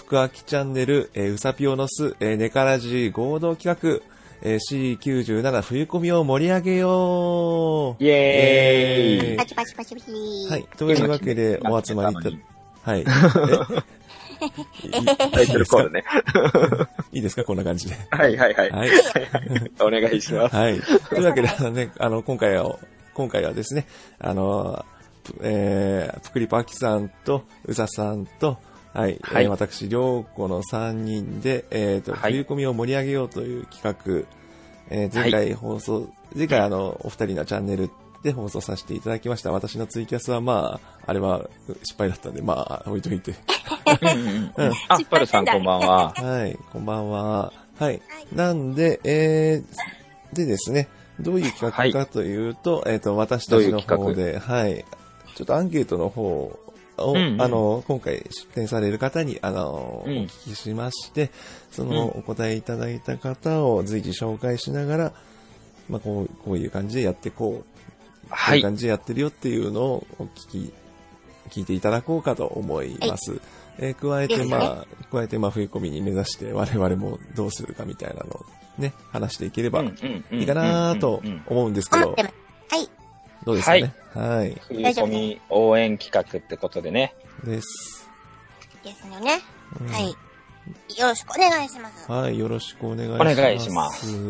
福秋チャンネル、うさぴおのす、ネカラジ合同企画、C97 冬コミを盛り上げようイエーイ。 パチパチパチパチ。 はい。というわけで、お集まりいた、はい。 タイトルコールね。 いいですかこんな感じで。 はいはいはい。 はい。 お願いします。 はい。というわけで、ね、今回はですね、ぷくりぱきさんと、うささんと、はい。 はい私、りょうこの3人で、 はい冬コミを盛り上げようという企画、前回お二人のチャンネルで放送させていただきました。私のツイキャスはまあ、あれは失敗だったんで、まあ、置いといて。 あ、パルさんこんばんは。 はい、こんばんは。はい。なんで、でですね、どういう企画かというと、私たちの方で、はい、ちょっとアンケートの方を、今回出展される方に、お聞きしまして、そのお答えいただいた方を随時紹介しながら、まあ、こういう感じでやってこう。こういう感じでやってるよっていうのを聞いていただこうかと思います。加えてまあ、冬コミに目指して我々もどうするかみたいなのをね、話していければいいかなと思うんですけど、 はい。 どうですかね。はい。 冬コミ応援企画ってことでね。 です。 ですよね。はい。よろしくお願いします。 はい、よろしくお願いします。 お願いします。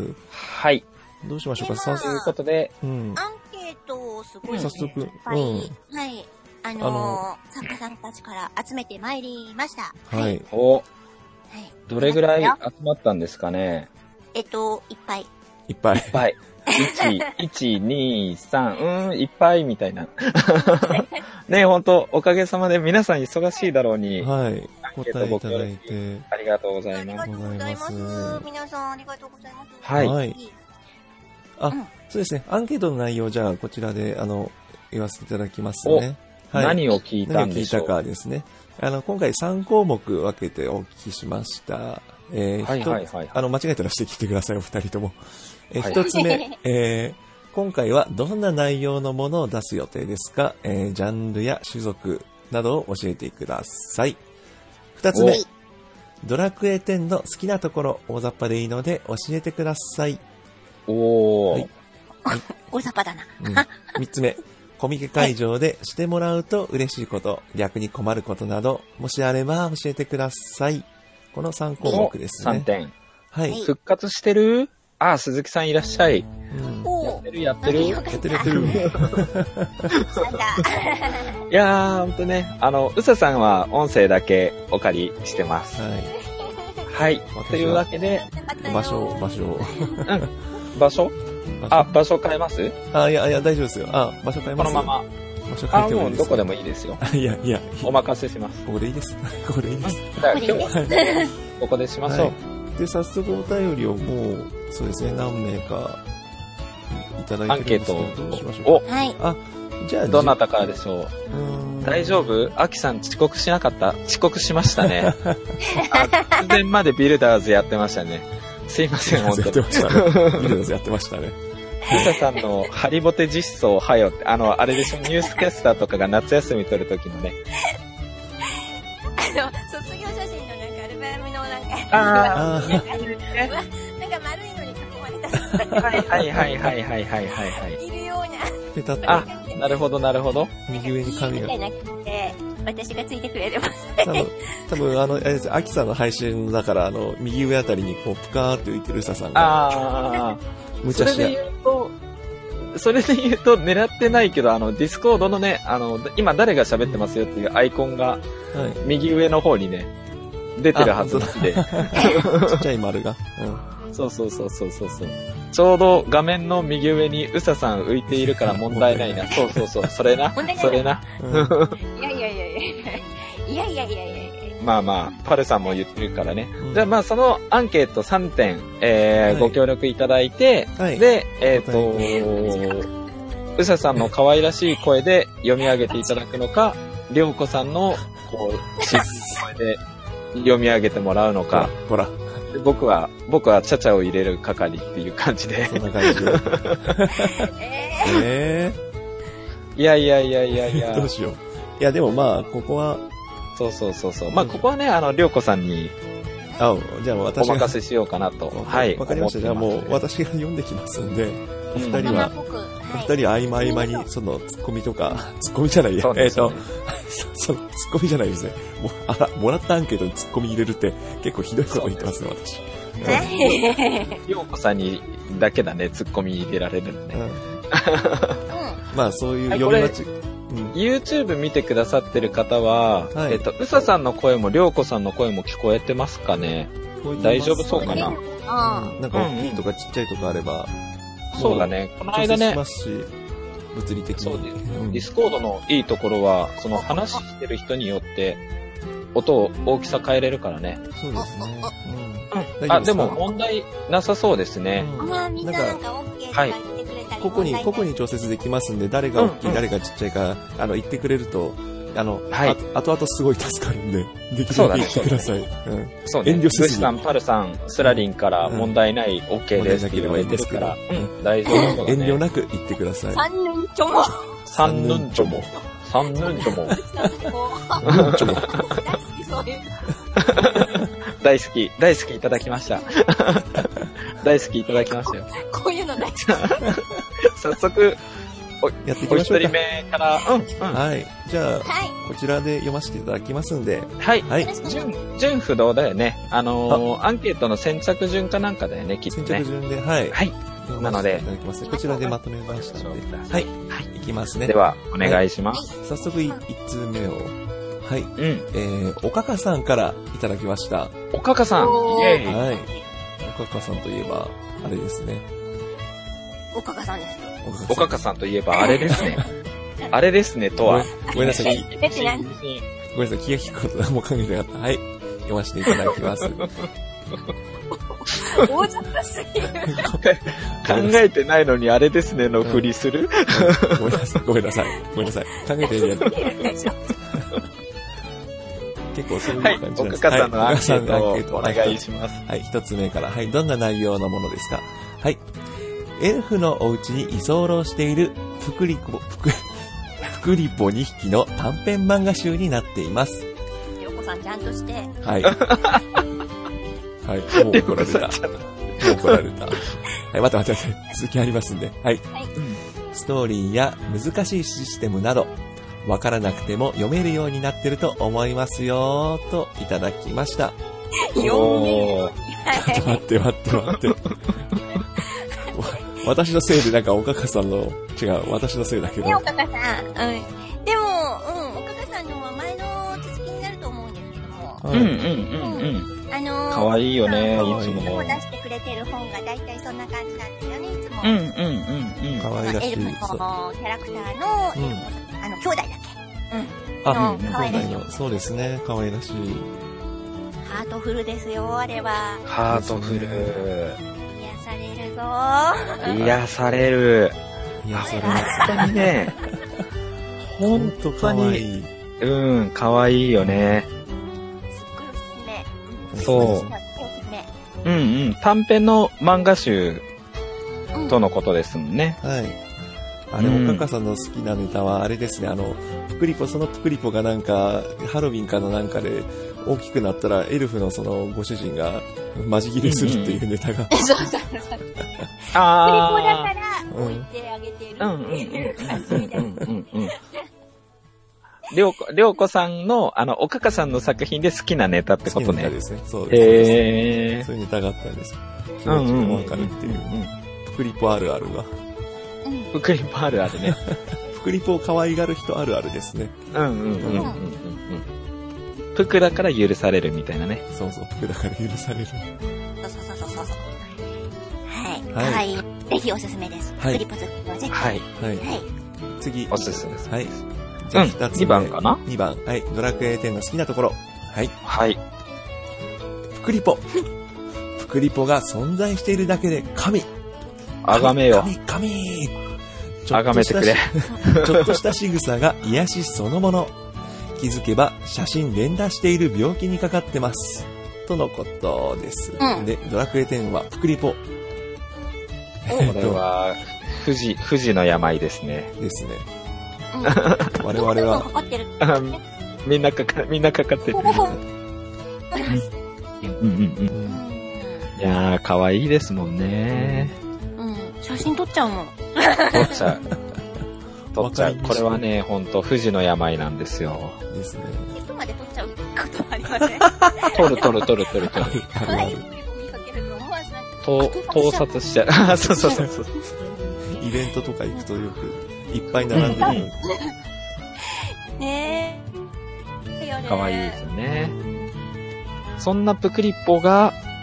はい。 どうしましょうか、 ということで、 アンケートをすごい、 早速、 いっぱい、はい、作家さんたちから集めてまいりました。 はい。 お、 はい。 どれぐらい集まったんですかね。 いっぱい。 いっぱい。 いっぱい。1、2、3、いっぱいみたいな。ね、ほんと、おかげさまで皆さん忙しいだろうに。 はい。答えいただいて。 ありがとうございます。 ありがとうございます。皆さんありがとうございます。 はい。 はい。そうですね。アンケートの内容、じゃあ、こちらで、言わせていただきますね。 はい。何を聞いたんでしょう。 何を聞いたかですね。今回3項目分けてお聞きしました。 はい。間違えたらして聞いてください、お二人とも。一つ目、今回はどんな内容のものを出す予定ですか？ジャンルや種族などを教えてください。二つ目、ドラクエ10の好きなところ、大雑把でいいので教えてください。 おー。はい。 大雑把だな。 三つ目、コミケ会場でしてもらうと嬉しいこと、逆に困ることなど、もしあれば教えてください。この3項目ですね。 3点。 はい。 復活してる？あ、鈴木さんいらっしゃい。やってる。 いやー、ほんとね、うささんは音声だけお借りしてます。はい。というわけで、 場所。 場所変えます？ いや、大丈夫ですよ。場所変えます。 このまま。 場所変えてもいいです。 もうどこでもいいですよ。 いや。 お任せします。 ここでいいです。ここでいいです。 じゃあ今日はここでしましょう。で、早速お便りをもう、そうですね、何名かいただいてるんですけど、どうしましょうか。 はい。 じゃあどなたからでしょう。大丈夫？アキさん遅刻しなかった？遅刻しましたね。直前までビルダーズやってましたね。すいません、本当に。 ビルダーズやってましたね。 うささんのハリボテ実装はよって、あれでしょ、ニュースキャスターとかが夏休み取るときのね。 卒業写真のアルバムのなんか丸いのに囲まれた。はい。いるような。 ペタッと。なるほど。 右上に紙が。 じゃなくて、私がついてくれれば。 多分あれです、アキさんの配信だから、右上あたりにこう、ぷかーって浮いてるうささんが。無茶しや。 それで言うと、狙ってないけど、ディスコードのね、今誰が喋ってますよっていうアイコンが、右上の方にね、出てるはずなんで。 ちっちゃい丸が。 そう。ちょうど画面の右上にうささん浮いているから問題ないな。そう。それな。いや。まあ、パルさんも言ってるからね。じゃあそのアンケート3点、ご協力いただいて、で、うささんの可愛らしい声で読み上げていただくのか、りょうこさんの、静かな声で読み上げてもらうのか。 ほら。 僕はちゃちゃを入れる係っていう感じで。 そんな感じで。 いや。 どうしよう。いや、でもここは、 そうそうそうそう。まあ、ここはね、りょうこさんに、 じゃあ私お任せしようかなと。はい。 わかりました。じゃあもう私が読んできますんで、お二人は合間合間に、その、ツッコミとか、ツッコミじゃないや、その、ツッコミじゃないですね。もらったアンケートにツッコミ入れるって、結構ひどいこと言ってますね、私。 りょうこさんにだけだね、ツッコミ入れられるのね。 まあ、そういう読み間違 YouTube 見てくださってる方は、うささんの声もりょうこさんの声も聞こえてますかね？大丈夫そうかな？ なんか大きいとかちっちゃいとかあれば、 そうだね。この間ね、 物理的に。 そうです。ディスコードのいいところは、その話してる人によって、音を大きさ変えれるからね。 そうですね。 でも問題なさそうですね。 みんななんか OK とか言ってくれたり。 個々に調節できますんで、誰が大きい、誰がちっちゃいか、言ってくれると、後々すごい助かるんで、できるだけ言ってください。 そうね。遠慮せずに。ブシさん、パルさん、スラリンから問題ない OK ですって言われてるから、大丈夫。 遠慮なく言ってください。 三ヌンチョモ。 三ヌンチョモ。三ヌンチョモ。 ヌンチョモ。 大好きいただきました。大好きいただきましたよ。 こういうの大好き。 早速、 やっていきましょうか。 お一人目から、 はい。じゃあ、こちらで読ませていただきますんで。 はい。順不動だよね。アンケートの先着順かなんかだよね、きっとね。 先着順で、はい。 はい。なので、 こちらでまとめましたので。はい。いきますね。 では、お願いします。 早速、1通目を。はい。おかかさんからいただきました。 おかかさん。イェーイ。 はい。おかかさんといえば、あれですね。 おかかさんです。 おかかさんといえば、あれですね。あれですね、とは。 ごめんなさい。ごめんなさい。気が利くことはもう考えてなかった。はい。読ませていただきます。 大雑把すぎる。 考えてないのにあれですねのふりする？ ごめんなさい。考えてる。結構そういう感じなんです。 おかかさんのアンケートをお願いします。 はい、一つ目から。はい、どんな内容のものですか？はい。エルフのお家に居候しているプクリポ2匹の短編漫画集になっています。 りょうこさんちゃんとして。 はい。はい、もう怒られた。はい、待って。続きありますんで。はい。ストーリーや難しいシステムなど、わからなくても読めるようになってると思いますよーといただきました。 読める。 待って。私のせいでなんかおかかさんの、違う、私のせいだけど。 おかかさん。でも、おかかさんのは前の続きになると思うんですけども。 かわいいよね、いつも。 いつも出してくれてる本が大体そんな感じなんですよね、いつも。 かわいらしい。 エルフのキャラクターの、兄弟だっけ？ 兄弟の、そうですね、かわいらしい。 ハートフルですよ、あれは。 ハートフル。 癒されるぞー。癒される。本当にね。 本当かわいい。 かわいいよね。 すっごいおすすめ。 そう。短編の漫画集とのことですもんね。 はい。あれ、おかかさんの好きなネタは、あれですね、そのプクリポがなんか、ハロウィンかのなんかで、大きくなったら、エルフのそのご主人が、マジ切れするっていうネタが。 そう。プクリポだから、置いてあげてるっていう感じみたいな。 りょうこさんの、おかかさんの作品で好きなネタってことね。 好きなネタですね。そうです。そういうネタがあったんです。気持ちもわかるっていう。プクリポあるあるが。 プクリポあるあるね。 プクリポを可愛がる人あるあるですね。 プクだから許されるみたいなね。 そう、プクだから許される。 そう。はい。ぜひおすすめです。プクリポ好きは絶対。はい。 次。 おすすめです。 はい。じゃあ2つ目。 2番かな ?2 番。はい。ドラクエ10の好きなところ。はい。プクリポが存在しているだけで神。 あがめよ。 神。 あがめてくれ。 ちょっとした仕草が癒しそのもの。気づけば写真連打している病気にかかってます。とのことです。で、ドラクエ10はプクリポ。 これは、富士の病ですね。 ですね。我々は、 みんなかかってる。いやー、可愛いですもんね。 写真撮っちゃうもん。 撮っちゃう。これはね、ほんと、富士の病なんですよ。 ですね。 いつまで撮っちゃうことはありません。 撮る。 可愛いプリポ見かけると思わずなんか。 盗撮しちゃう。そう。 イベントとか行くとよく、いっぱい並んでる。 ねえ。 可愛いですよね。そんなプクリポの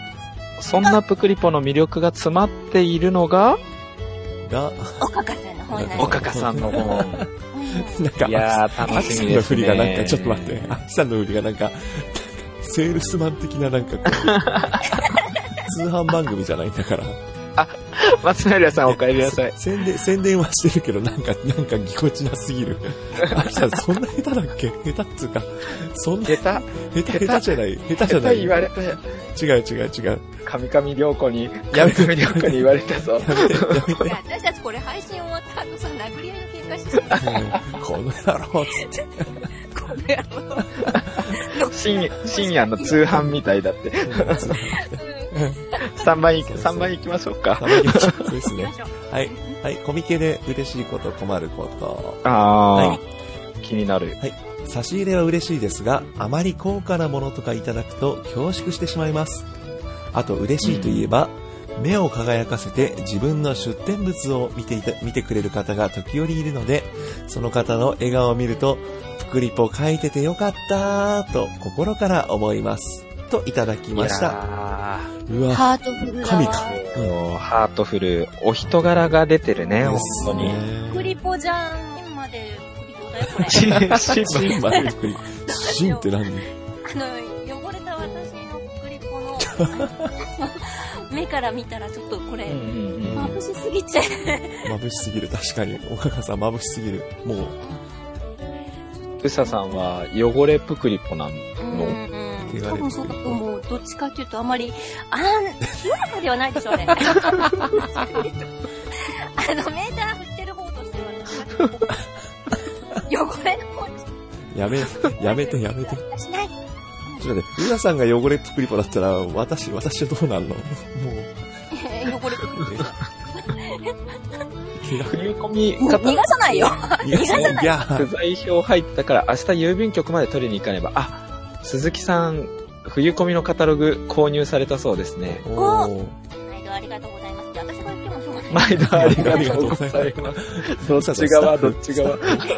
魅力が詰まっているのが、 おかかさんの本なんです。 おかかさんの本。 なんか、 いやー、楽しみですね。 アキさんの振りがなんか、ちょっと待って、アキさんの振りがなんか、セールスマン的ななんかこう、通販番組じゃないんだから。 あ、松成さんお帰りなさい。 宣伝はしてるけど、なんかぎこちなすぎる。アキさんそんな下手だっけ？下手っつうか、そんな、下手じゃない。下手じゃない。 言われたよ。 違う。 神々良子に言われたぞ。 やめて。私たちこれ配信終わった後さ、殴り合いの喧嘩してた。 この野郎つって。 この野郎。 深夜の通販みたいだって。3番行きましょうか。 そうですね。はい。コミケで嬉しいこと、困ること。 はい。気になる。 はい。差し入れは嬉しいですが、あまり高価なものとかいただくと恐縮してしまいます。あと嬉しいといえば、目を輝かせて自分の出展物を見てくれる方が時折いるので、その方の笑顔を見ると、プクリポ書いててよかったーと心から思います。といただきました。うわ、 ハートフルだ。 神か。 ハートフル。お人柄が出てるね、本当に。 プクリポじゃん。今までプクリポだよ、これ。 シンまでプクリ。シンって何？ 汚れた私のプクリポの目から見たらちょっとこれ、眩しすぎちゃう。 眩しすぎる、確かに。おかかさん眩しすぎる。もう。 うささんは汚れプクリポなの？ 多分そうだと思う。どっちかっていうとあんまり、清らかではないでしょ、あれ。メーター振ってる方としては、汚れの方に。 やめて。 しない。 ちょっと待って、うなさんが汚れプクリポだったら、私はどうなんの？もう。 汚れプクリポ。 振り込み方。 逃がさないよ。逃がさない。 不在票入ったから明日郵便局まで取りに行かねば。鈴木さん、冬込みのカタログ購入されたそうですね。 毎度ありがとうございます。私が言ってもしょうがない。 毎度ありがとうございます。どっち側でも来てくれる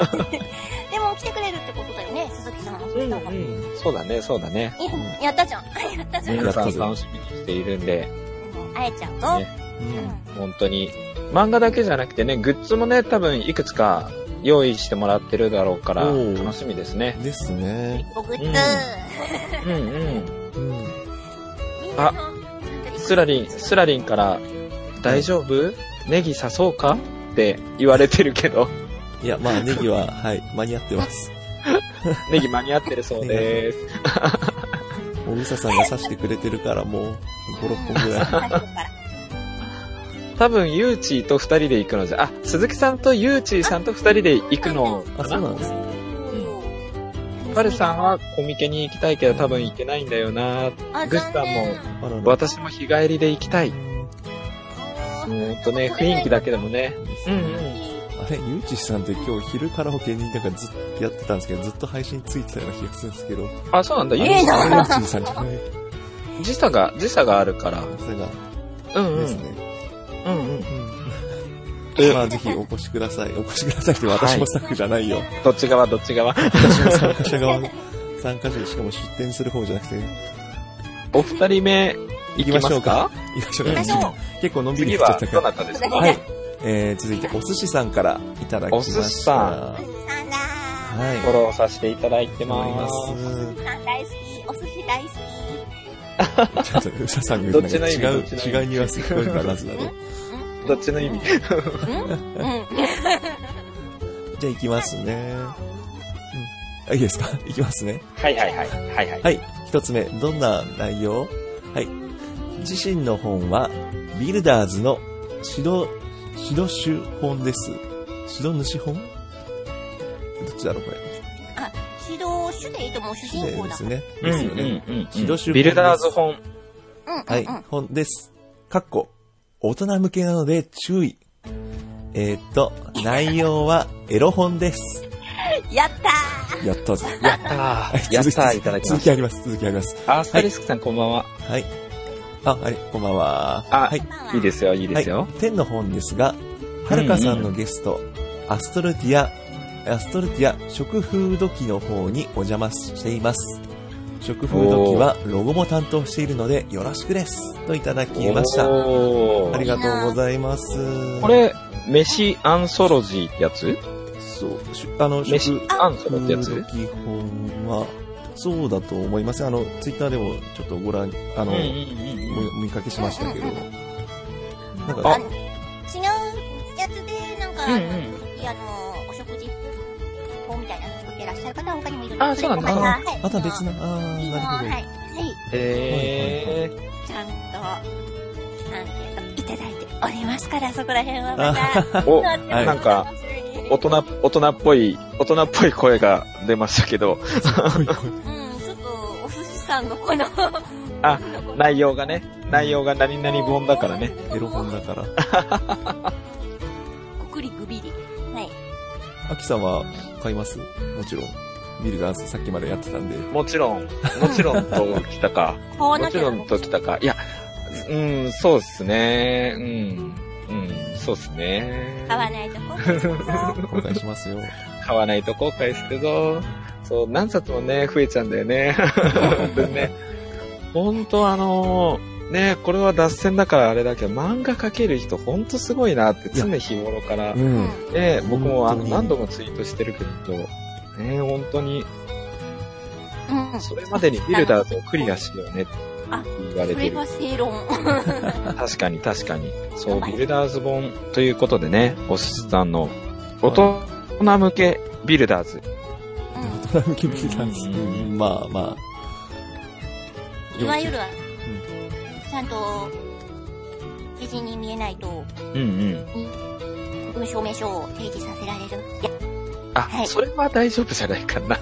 ってことだよね、鈴木さん。 そうだね。 やったじゃん。 皆さん楽しみにしているんで。 会えちゃうぞ。 本当に。漫画だけじゃなくてね、グッズもね、多分いくつか用意してもらってるだろうから、楽しみですね。 ですね。 グッズ。 スラリンから、大丈夫？ネギ刺そうかって言われてるけど。 いや、ネギは、はい、間に合ってます。 ネギ間に合ってるそうです。 おみささんが刺してくれてるから、もう、5、6本ぐらい。 多分、ゆうちーと2人で行くのじゃ、鈴木さんとゆうちーさんと2人で行くのかな。 そうなんですね。 パルさんはコミケに行きたいけど多分行けないんだよな。グッさんも、私も日帰りで行きたい。雰囲気だけでもね。 あれ、ゆうちーさんって今日昼カラオケにずっとやってたんですけど、ずっと配信ついてたような気がするんですけど。 そうなんだ、 ゆうちーさんじゃない。 時差があるから。 それが。ですね。ぜひお越しください。お越しくださいって私もスタッフじゃないよ。 どっち側私も参加者側。参加者でしかも出展する方じゃなくて。 お二人目、行きましょうか？ 行きましょう。結構のんびり来ちゃったから。 どなたですか？ はい。続いて、お寿司さんからいただきました。 お寿司さん。 はい。 フォローさせていただいてます。 お寿司さん大好き。お寿司大好き。 ちょっと、うささんが違うニュアンス聞こえるからずだね。 どっちの意味？ じゃあ行きますね。いいですか？行きますね。 はい。 はい。一つ目、どんな内容？はい。自身の本は、ビルダーズの白主本です。白主本？どっちだろうこれ。 シドシュでいいともう主人公だ。 ですね。ですよね。シドシュビルダーズ本。 はい、本です。大人向けなので注意。内容はエロ本です。 やったー。 やったぞ。 やったー。やったー、いただきます。 続きあります。続きあります。 スタリスクさんこんばんは。 はい。こんばんは。 はい。いいですよ、いいですよ。 天の本ですが、はるかさんのゲスト、アストルティア食風土器の方にお邪魔しています。食風土器はロゴも担当しているのでよろしくです。といただきました。ありがとうございます。 これ、飯アンソロジーってやつ？ そう。 飯アンソロってやつ？ 食風土器本は、そうだと思います。ツイッターでもちょっとご覧、見かけしましたけど。 なんか、違うやつで、なんか、お食事法みたいなのを作ってらっしゃる方は他にもいるんですけど。 そうなんだ。また別な、なるほど。はい。 ちゃんと、いただいておりますから、そこら辺はまた。 なんか、大人っぽい声が出ましたけど。 ちょっと、お寿司さんのこの、 内容が何々本だからね。 エロ本だから。 くりぐびり。はい。 アキさんは買います？もちろん。ビルダーズさっきまでやってたんで。 もちろんと来たか。いや、そうっすね。そうっすね。 買わないと後悔するぞ。 後悔しますよ。 買わないと後悔するぞ。そう、何冊もね、増えちゃうんだよね。本当にね。本当これは脱線だからあれだけど、漫画描ける人本当すごいなって常日頃から。僕も何度もツイートしてるけど、本当に、それまでにビルダーズをクリアしようねって言われてる。 それは正論。 確かに。そう、ビルダーズ本ということでね、おすしさんの大人向けビルダーズ。 大人向けビルダーズ。まあ。 いわゆる、ちゃんと、記事に見えないと、文証明書を提示させられる。 それは大丈夫じゃないかな。い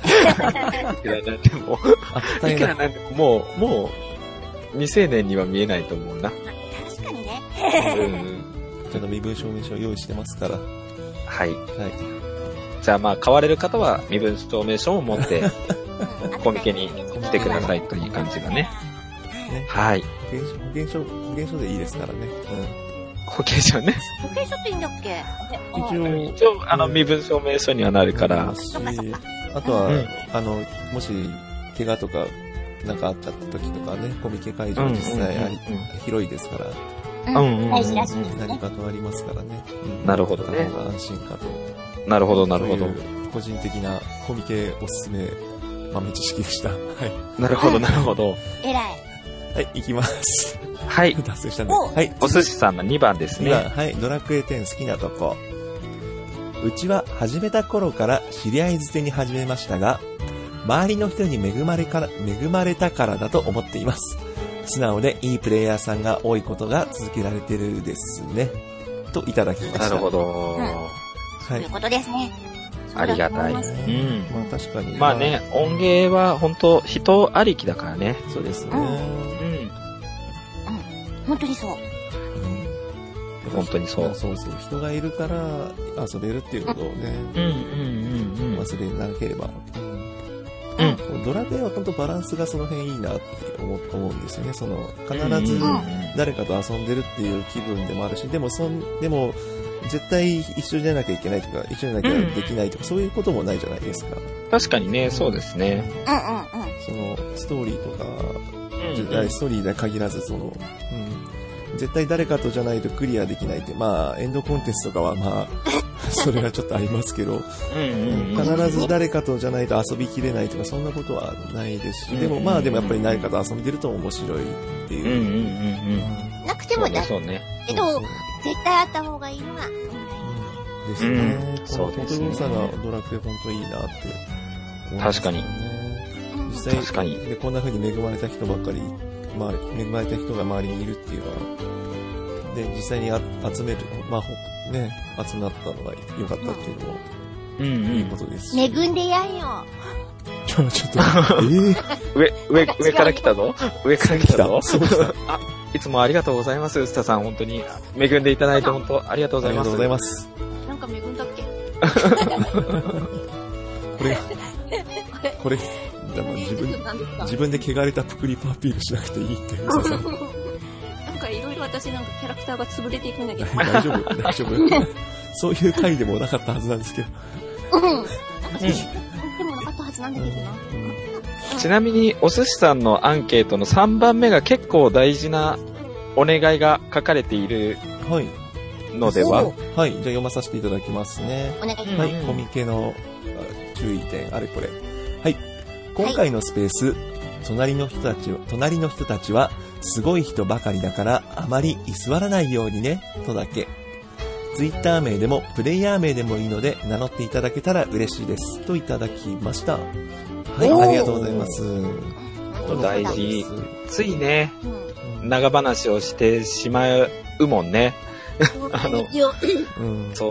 くらなんでも、もう、未成年には見えないと思うな。 確かにね。 ちょっと身分証明書を用意してますから。 はい。じゃあ買われる方は身分証明書を持って、コミケに来てくださいという感じがね。はい。 保険証でいいですからね。 保険証ね。 保険証っていいんだっけ？ 一応、身分証明書にはなるから。 あとは、もし、怪我とか、なんかあった時とかね、コミケ会場実際広いですから。 大事らしいですね。 何かとありますからね。 なるほどね。 安心かと。 なるほど。 個人的なコミケおすすめ、豆知識でした。はい。 なるほど。 偉い。 はい、行きます。 はい。 達成したんで。はい。 お寿司さんの2番ですね。 はい。ドラクエ10好きなとこ。うちは始めた頃から知り合い捨てに始めましたが、周りの人に恵まれたからだと思っています。素直でいいプレイヤーさんが多いことが続けられてるですね。といただきました。 なるほど。 そういうことですね。 ありがたい。 まあ確かに。 まあね、音芸は本当人ありきだからね。 そうですね。 本当にそう。 本当にそう。 そう人がいるから遊べるっていうことをね。忘れなければ。ドラクエは本当バランスがその辺いいなって思うんですよね。必ず誰かと遊んでるっていう気分でもあるし、でも絶対一緒じゃなきゃいけないとか、一緒じゃなきゃできないとか、そういうこともないじゃないですか。 確かにね、そうですね。 ストーリーとか、ストーリーで限らず、絶対誰かとじゃないとクリアできないって、エンドコンテンツとかはそれはちょっとありますけど、必ず誰かとじゃないと遊びきれないとか、そんなことはないですし、でもやっぱり誰かと遊んでると面白いっていう。 なくてもだけど、絶対あった方がいいのが本来ですね。そうですね。さがドラクエ本当いいなって思いますね。 確かに。 実際でこんな風に恵まれた人ばっかり、恵まれた人が周りにいるっていうのは、で実際に集める集まったのが良かったっていうのもいいことですし。 恵んでやんよ。 ちょっと、 上から来たぞ。上から来たぞ。 そうだ。 あ、いつもありがとうございます、うすたさん。本当に。恵んでいただいて本当ありがとうございます。 ありがとうございます。 なんか恵んだっけこれ、でも自分で汚れたプクリパアピールしなくていいっていうさ。 なんかいろいろ私なんかキャラクターが潰れていくんだけど。 大丈夫。そういう回でもなかったはずなんですけど。 うん。でもなかったはずなんだけどな。 ちなみに、お寿司さんのアンケートの3番目が結構大事なお願いが書かれているのでは、 はい。じゃあ読まさせていただきますね。 お願いします。 はい。コミケの注意点、あれこれ。はい。今回のスペース、隣の人たちは、すごい人ばかりだから、あまり居座らないようにね、とだけ。ツイッター名でも、プレイヤー名でもいいので、名乗っていただけたら嬉しいです。といただきました。はい、ありがとうございます。 大事。ついね、長話をしてしまうもんね。そう、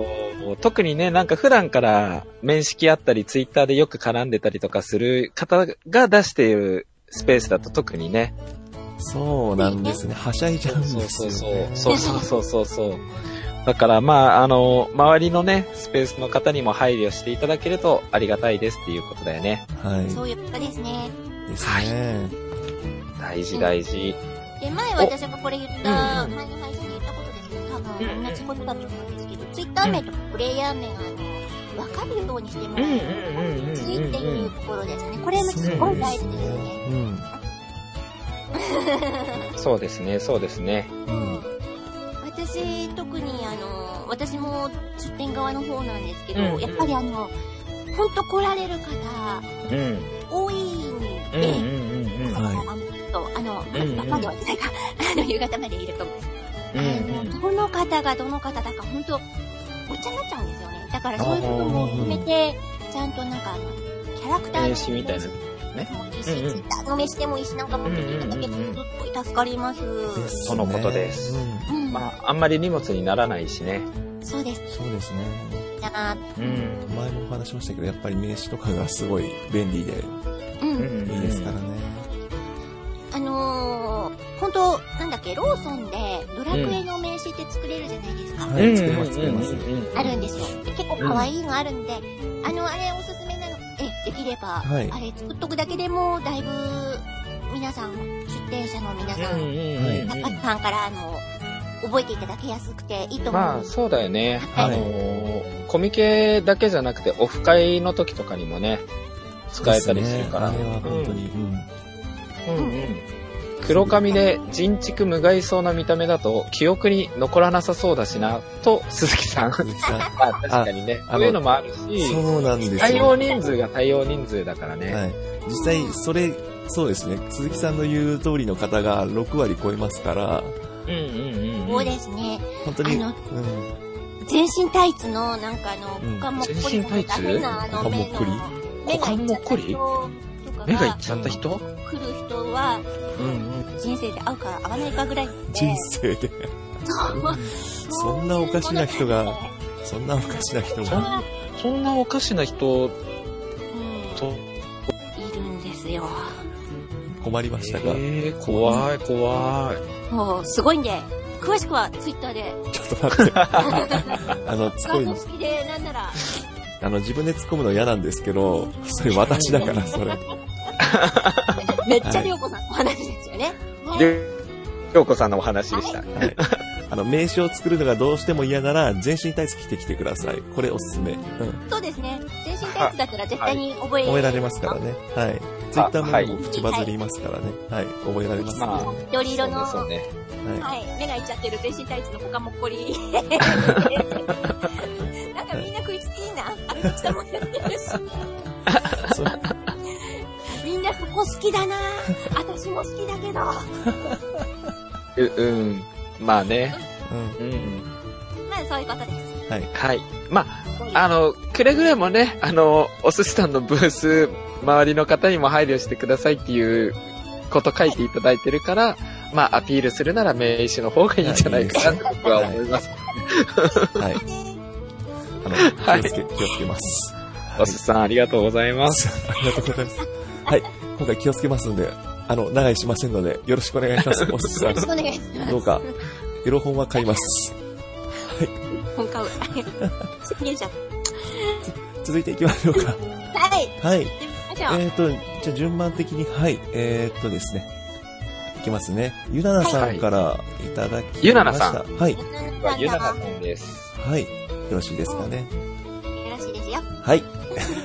特にね、なんか普段から面識あったり、ツイッターでよく絡んでたりとかする方が出しているスペースだと特にね。 そうなんですね。はしゃいじゃうんですよね。 そう。だからまあ、周りのね、スペースの方にも配慮していただけるとありがたいですっていうことだよね。 はい。 そういうことですね。 ですね。 大事。で、 前私がこれ言った、前の配信で言ったことですけど、多分同じことだと思うんですけど、ツイッター名とプレイヤー名がわかるようにしてもらえるといいっていうところですね。これもすごい大事ですよね。 そうですね。 私、特に私も出店側の方なんですけど、やっぱりほんと来られる方、多いんで、まではないか、夕方までいると。どの方がどの方だか、ほんと、ごっちゃになっちゃうんですよね。だからそういうことも含めて、ちゃんとなんかキャラクターの名刺みたいなね。 ツイッターの名刺でもいいし、なんか持っていただけるとすっごい助かります。 そのことです。まあ、あんまり荷物にならないしね。 そうです。 そうですね。 前もお話しましたけど、やっぱり名刺とかがすごい便利で、いいですからね。 本当なんだっけ、ローソンでドラクエの名刺って作れるじゃないですか。 はい、作れます。 あるんですよ。結構可愛いのあるんで、あれおすすめなの。できれば、あれ作っとくだけでも、だいぶ、皆さん、出店者の皆さん、中津さんから覚えていただけやすくていいと思う。 まあ、そうだよね。コミケだけじゃなくて、オフ会の時とかにもね、使えたりするから。 あれは本当に。 黒髪で人畜無害そうな見た目だと記憶に残らなさそうだしな、と鈴木さん。確かにね。そういうのもあるし、 そうなんですよ。 対応人数が対応人数だからね。 はい。実際、そうですね。鈴木さんの言う通りの方が6割超えますから。 そうですね。 本当に。 全身タイツの、なんか股間もっこり全身タイツ？ 目が目がいっちゃった人？ 来る人は、人生で会うか会わないかぐらい。 人生で。そんなおかしな人が。 そんなおかしな人と、 いるんですよ。 困りましたが。 怖い。 もう、すごいんで、詳しくはツイッターで。 ちょっと待って。ツッコミ好きで、なんなら。 自分で突っ込むの嫌なんですけど、それ私だから、それ。 めっちゃりょうこさんのお話ですよね。 りょうこさんのお話でした。 名刺を作るのがどうしても嫌なら、全身タイツ着てきてください。これおすすめ。 そうですね。全身タイツだったら絶対に覚えられますからね。はい。ツイッターも口バズりますからね。はい。覚えられますからね。 緑色の、はい。目がいっちゃってる全身タイツの他もっこり。なんかみんな食いつきいいな。あれこっちだもんやってるし。みんなそこ好きだな。私も好きだけど。 まあね。 まあそういうことです。 はい。まあ、くれぐれもね、お寿司さんのブース、周りの方にも配慮してくださいっていうこと書いていただいてるから、まあ、アピールするなら名刺の方がいいんじゃないかなと僕は思います。 はい。気をつけます。 おすさんありがとうございます。 ありがとうございます。はい。今回気をつけますんで、長居しませんので、よろしくお願いします。おすさん。よろしくお願いします。どうか、エロ本は買います。はい。 本買う。責任者。 続いていきましょうか。 はい。 はい。じゃあ順番的に、はい。ですね。いきますね。ゆななさんからいただきました。 ゆななさん。 はい。 ゆななさんです。 はい。よろしいですかね。 よろしいですよ。 はい。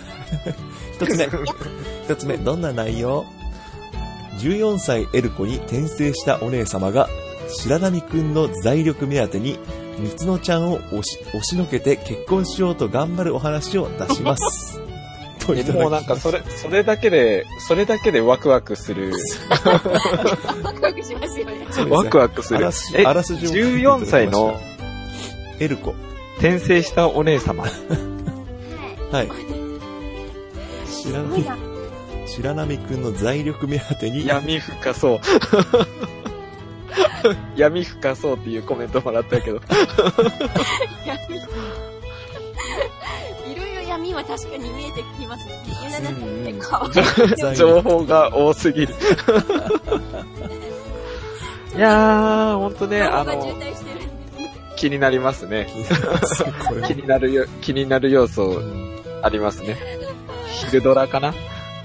一つ目、どんな内容？ 14 歳エルコに転生したお姉様が、白波くんの財力目当てに、みつのちゃんを押しのけて結婚しようと頑張るお話を出します。 もうなんかそれだけでワクワクする。 ワクワクしますよね。 ワクワクする。14歳のエルコ。 転生したお姉様。 はい。白波くんの財力目当てに。 闇深そう。闇深そうっていうコメントもらったけど。いろいろ闇は確かに見えてきますね。情報が多すぎる。いやー、ほんとね、気になりますね。気になる要素ありますね。昼ドラかな？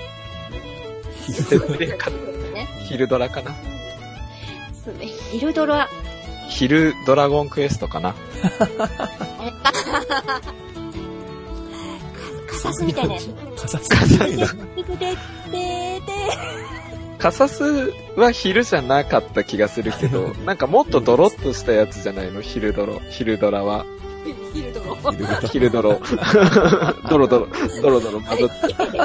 昼ドラかな？ そうね、昼ドラ。 昼ドラゴンクエストかな？ カサスみたいなやつ。 カサスみたいな。 カサスは昼じゃなかった気がするけど、なんかもっとドロッとしたやつじゃないの？昼ドラは。昼ドロ。ドロ混ざって。 ツ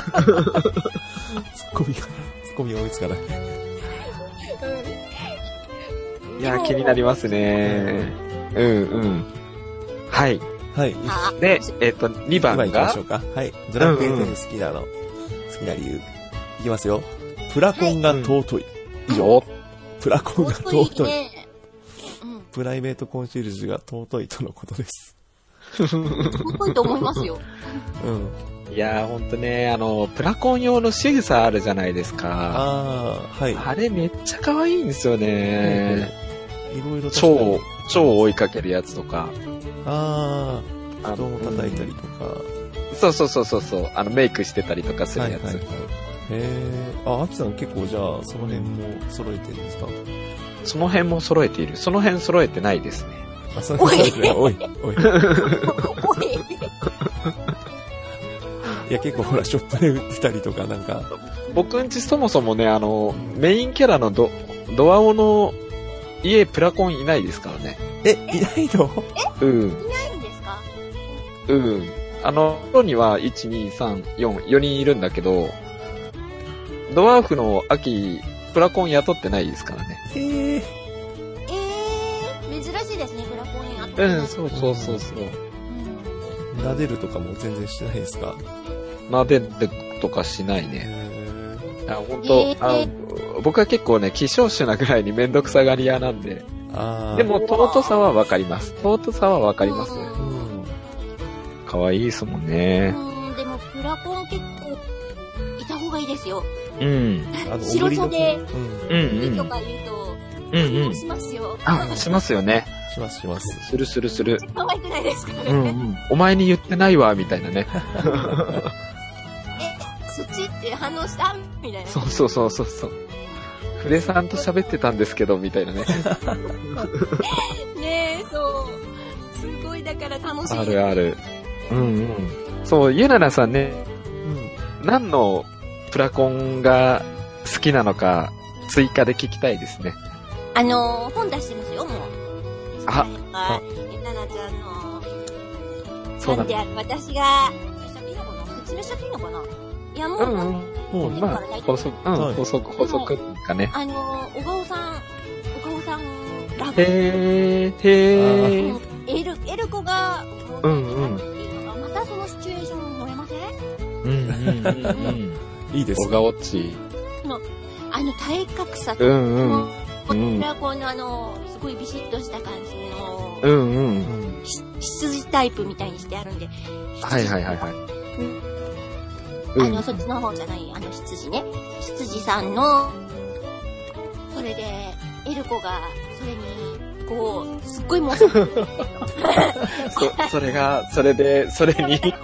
ッコミが追いつかない。 いや、気になりますね。はい。 はい。 で、2番が。 行きましょうか。はい。ドラクエ10好きな理由。いきますよ。プラコンが尊い。以上。プラコンが尊い。プライベートコンシェルジュが尊いとのことです。 尊いと思いますよ。 いやー、ほんとね、プラコン用の仕草あるじゃないですか。 はい。 あれめっちゃ可愛いんですよね。 いろいろ超追いかけるやつとか。 人も叩いたりとか。 そう。メイクしてたりとかするやつ。 アキさん結構じゃあ、その辺も揃えてるんですか？ その辺も揃えている。その辺揃えてないですね。 おい。いや、結構ほら、ショップで売ってたりとか、なんか。 僕んちそもそもね、メインキャラのドアオの家、プラコンいないですからね。 いないの？ いないんですか？ ロには、1、2、3、4人いるんだけど、ドワーフの秋、プラコン雇ってないですからね。 珍しいですね、プラコン雇ってない。 そう。 撫でるとかも全然しないですか？ 撫でるとかしないね。本当、僕は結構ね、希少種なぐらいにめんどくさがり屋なんで。でも、尊さはわかります。可愛いですもんね。 でも、プラコン結構、いた方がいいですよ。 白袖、とか言うと、しますよ。 しますよね。 します。 する。 可愛くないですかね。 お前に言ってないわ、みたいなね。 そっちって反応したみたいな。 そう。筆さんと喋ってたんですけど、みたいなね。 ねえ、そう。すごい、だから楽しい。 ある。そう、ゆななさんね、何のプラコンが好きなのか、追加で聞きたいですね。 本出してますよ、もう。ゆななちゃんの、 そうなんで私が、説明しちゃっていいのかな？いや、もう、 まあ、補足かね。 小川さんラブ。 エルコが、またそのシチュエーション燃えません？ いいですね。 小川ッチ。 体格差と、プラコンの、すごいビシッとした感じの、羊タイプみたいにしてあるんで。 はい。 そっちの方じゃない、羊ね。羊さんの、それで、エルコが、それに、こう、すっごい妄想。 それに。 既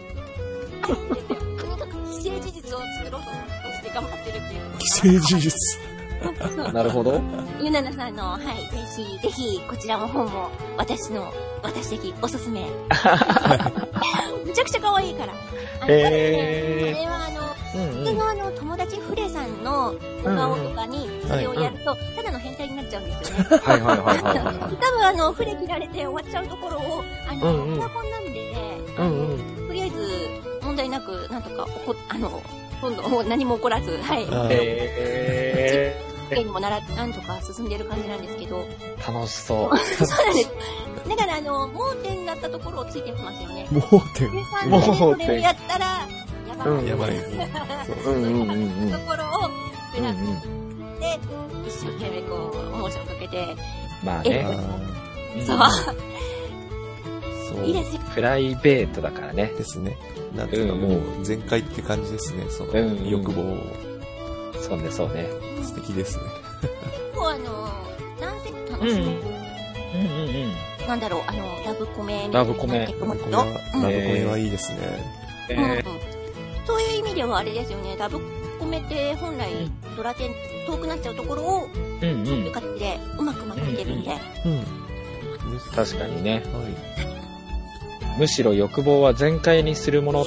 成事実を作ろうとして頑張ってるっていう。 既成事実。 なるほど。 ゆななさんの、はい、ぜひ、こちらの方も、私的おすすめ。むちゃくちゃ可愛いから。それは僕の友達フレさんのお顔とかに、それをやると、ただの変態になっちゃうんですよね。 はい。多分フレ切られて終わっちゃうところを、オワコンなんで、とりあえず、問題なく、なんとか、今度、何も起こらず、はい。にもなんとか進んでる感じなんですけど。 楽しそう。 そうなんです。だから盲点だったところをついてますよね。 盲点。 それをやったら、 やばい。 ところを、で、一生懸命こう、モーションかけて、 まあね。 そう。いいですよ。 プライベートだからね。 ですね。なんていうかもう、全開って感じですね、その、欲望を。 そうね。 素敵ですね。 もうなんせ楽しみ。なんだろう、ラブコメ。 ラブコメはいいですね。 そういう意味ではあれですよね。ラブコメって本来、ドラテン遠くなっちゃうところを、そういう形でうまくいけるんで。 確かにね。むしろ欲望は全開にするものって、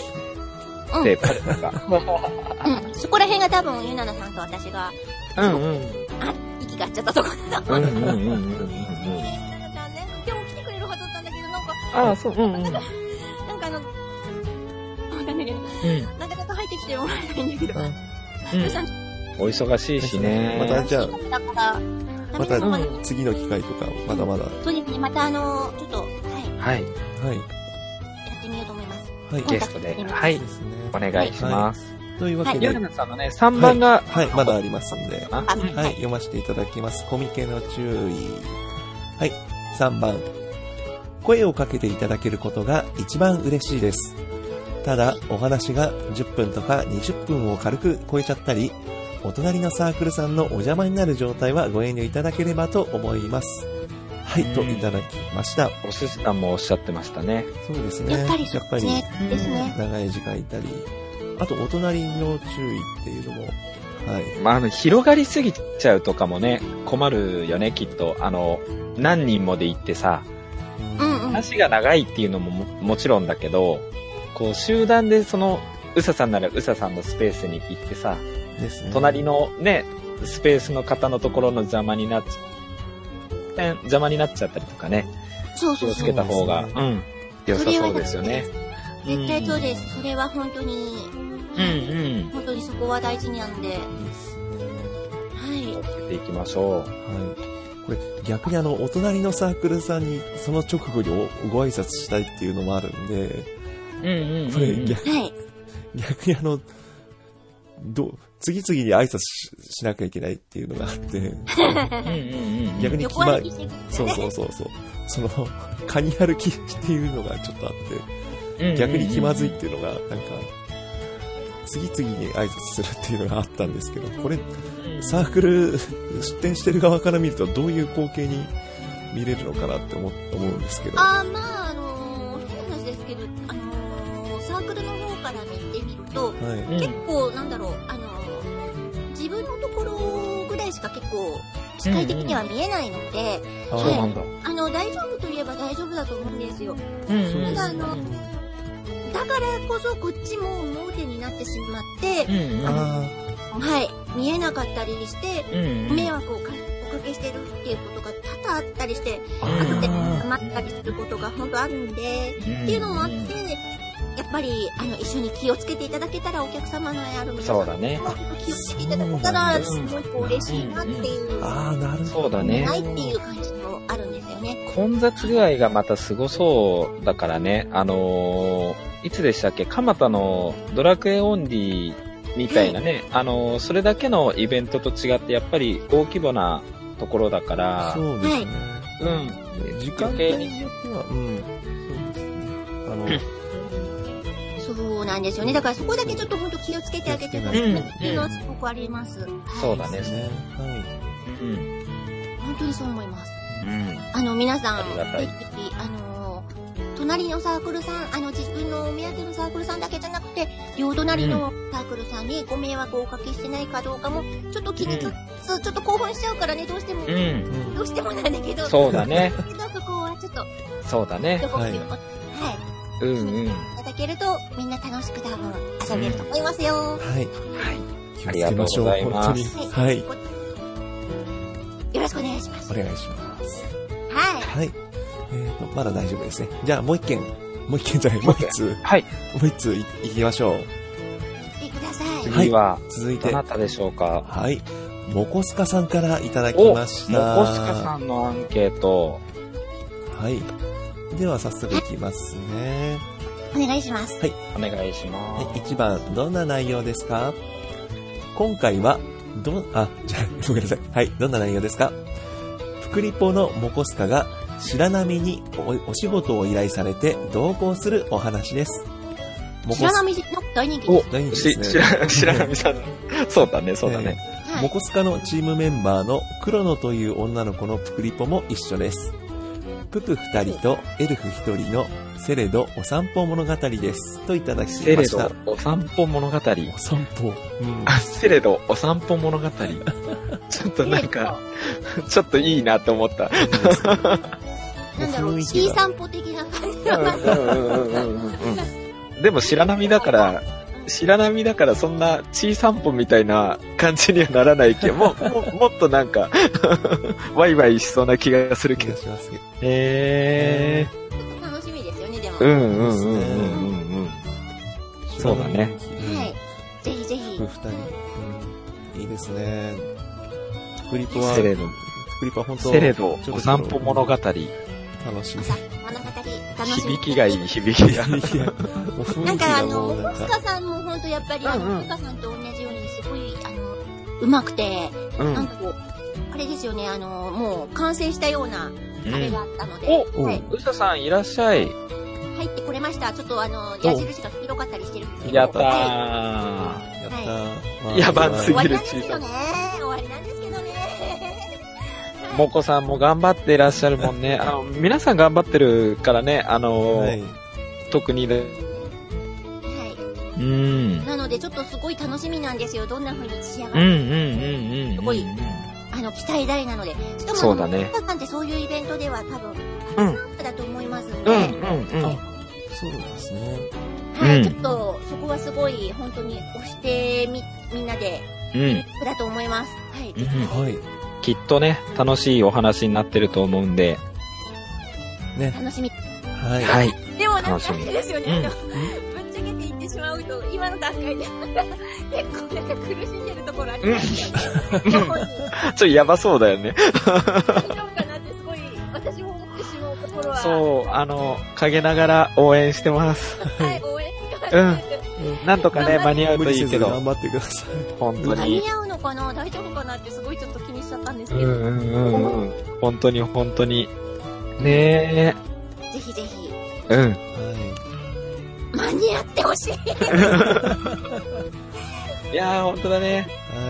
パルタが。 そこら辺が多分、ゆななさんと私が、息が合っちゃったところだと思う。ゆななさんね、今日も来てくれるはずだったんだけど、なんか、わかんないけど、なかなか入ってきてもらえないんだけど、 お忙しいしね。 またじゃあ、また次の機会とか、まだまだ。 そうですね、またちょっと、 はい。 やってみようと思います。 ゲストで、はい。お願いします。 というわけで、 ゆななさんのね、3番が、 まだありますんで、読ませていただきます。コミケの注意。はい、3番。声をかけていただけることが一番嬉しいです。ただ、お話が10分とか20分を軽く超えちゃったり、お隣のサークルさんのお邪魔になる状態はご遠慮いただければと思います。はい、といただきました。 おすしさんもおっしゃってましたね。 そうですね。 やっぱり長い時間いたり、あとお隣の注意っていうのも、 まあ、広がりすぎちゃうとかもね、困るよね、きっと。何人もで行ってさ、話が長いっていうのも もちろんだけど、こう、集団でうささんならうささんのスペースに行ってさ、隣のね、スペースの方のところの邪魔になっちゃったりとかね。気をつけた方が、良さそうですよね。 絶対そうです。それは本当に、本当にそこは大事なんで。 気をつけていきましょう。 これ逆にお隣のサークルさんにその直後にご挨拶したいっていうのもあるんで、これ逆に次々に挨拶 しなきゃいけないっていうのがあって、逆にそう。その、カニ歩きっていうのがちょっとあって、逆に気まずいっていうのが、なんか、次々に挨拶するっていうのがあったんですけど、これ、サークル出展してる側から見るとどういう光景に見れるのかなって思うんですけど。 まあ、変な話ですけど、サークルの方から見てみると、結構、なんだろう、自分のところぐらいしか結構、視界的には見えないので、大丈夫といえば大丈夫だと思うんですよ。ただ、だからこそこっちも盲点になってしまって、見えなかったりして、迷惑をおかけしてるっていうことが多々あったりして、後で困ったりすることが本当あるんで、っていうのもあって、やっぱり、一緒に気をつけていただけたら、お客様のある皆さんも気をつけていただけたら、すごい嬉しいなっていう。 なるほど。そうだね。 ないっていう感じもあるんですよね。 混雑具合がまたすごそうだからね、いつでしたっけ、蒲田のドラクエオンリーみたいなね、それだけのイベントと違って、やっぱり大規模なところだから、 そうですね。時間帯によっては、 そう、 そうなんですよね。だからそこだけちょっと本当気をつけてあげてほしいっていうのはすごくあります。はい、 そうだね。はい。 本当にそう思います。皆さん、隣のサークルさん、自分のお目当てのサークルさんだけじゃなくて、両隣のサークルさんにご迷惑をおかけしてないかどうかも、ちょっと気につつ、ちょっと興奮しちゃうからね、どうしてもなんだけど。 そうだね。 そこはちょっと。 そうだね。 はい。いただけると、みんな楽しく多分遊べると思いますよ。 はい。 ありがとうございます。 はい。 よろしくお願いします。 お願いします。 はい。 まだ大丈夫ですね。じゃあもう一つ。 はい。 もう一つ行きましょう。 行ってください。 次は、 続いて。 どなたでしょうか。 はい。もこすかさんからいただきました。 もこすかさんのアンケート。 はい。では早速いきますね。 お願いします。 はい。 お願いします。 1番、どんな内容ですか？今回は、ごめんなさい。はい。どんな内容ですか？プクリポのもこすかが、白波に お仕事を依頼されて同行するお話です。 白波の大人気です。 大人気ですね。 白波さん。そうだね。 もこすかのチームメンバーの黒野という女の子のプクリポも一緒です。ププ2人とエルフ1人のセレドお散歩物語です。といただきました。 セレドお散歩物語。お散歩。 セレドお散歩物語。ちょっとなんか、ちょっといいなって思った。 なんだろう、いい散歩的な感じ。 でも白波だからそんな小散歩みたいな感じにはならないけど、もっとなんか、ワイワイしそうな気がするけど。 しますけど。 ちょっと楽しみですよね、でも。 そうだね。 はい。ぜひぜひ。 2人。いいですね。プクリポは本当。 セレド、お散歩物語。楽しみ。 響きがいい、響きが。 なんかもこすかさんも本当やっぱり、もこさんと同じようにすごい、うまくて、なんかこう、あれですよね、もう完成したような、あれがあったので。 うささんいらっしゃい。 入ってこれました。ちょっと矢印が広かったりしてるんですけど。 やったー。やばすぎる小さな。終わりなんですけどね。 もこさんも頑張っていらっしゃるもんね。皆さん頑張ってるからね、特にね。 はい。なのでちょっとすごい楽しみなんですよ。どんな風に仕上がるか。すごい、期待大なので。しかも、 そうだね。 さんってそういうイベントでは多分、だと思いますんで。 そうですね。 はい、ちょっと、そこはすごい、本当に押してみんなで、だと思います。はい。 はい。 きっとね、楽しいお話になってると思うんで。 ね。 楽しみ。 はい。 でもなんかですよね、ぶっちゃけて言ってしまうと、今の段階で、結構なんか苦しんでるところありますよね。ちょっとやばそうだよね。 大丈夫かなってすごい、私も思ってしまうところは。 そう、陰ながら応援してます。 はい、応援してください。 なんとかね、間に合うといいけど。 頑張ってください。 本当に。 間に合うのかな？大丈夫かなってすごいちょっと気にしちゃったんですけど。 本当に。ねえ。 ぜひぜひ。 間に合ってほしい。 いやー、本当だね。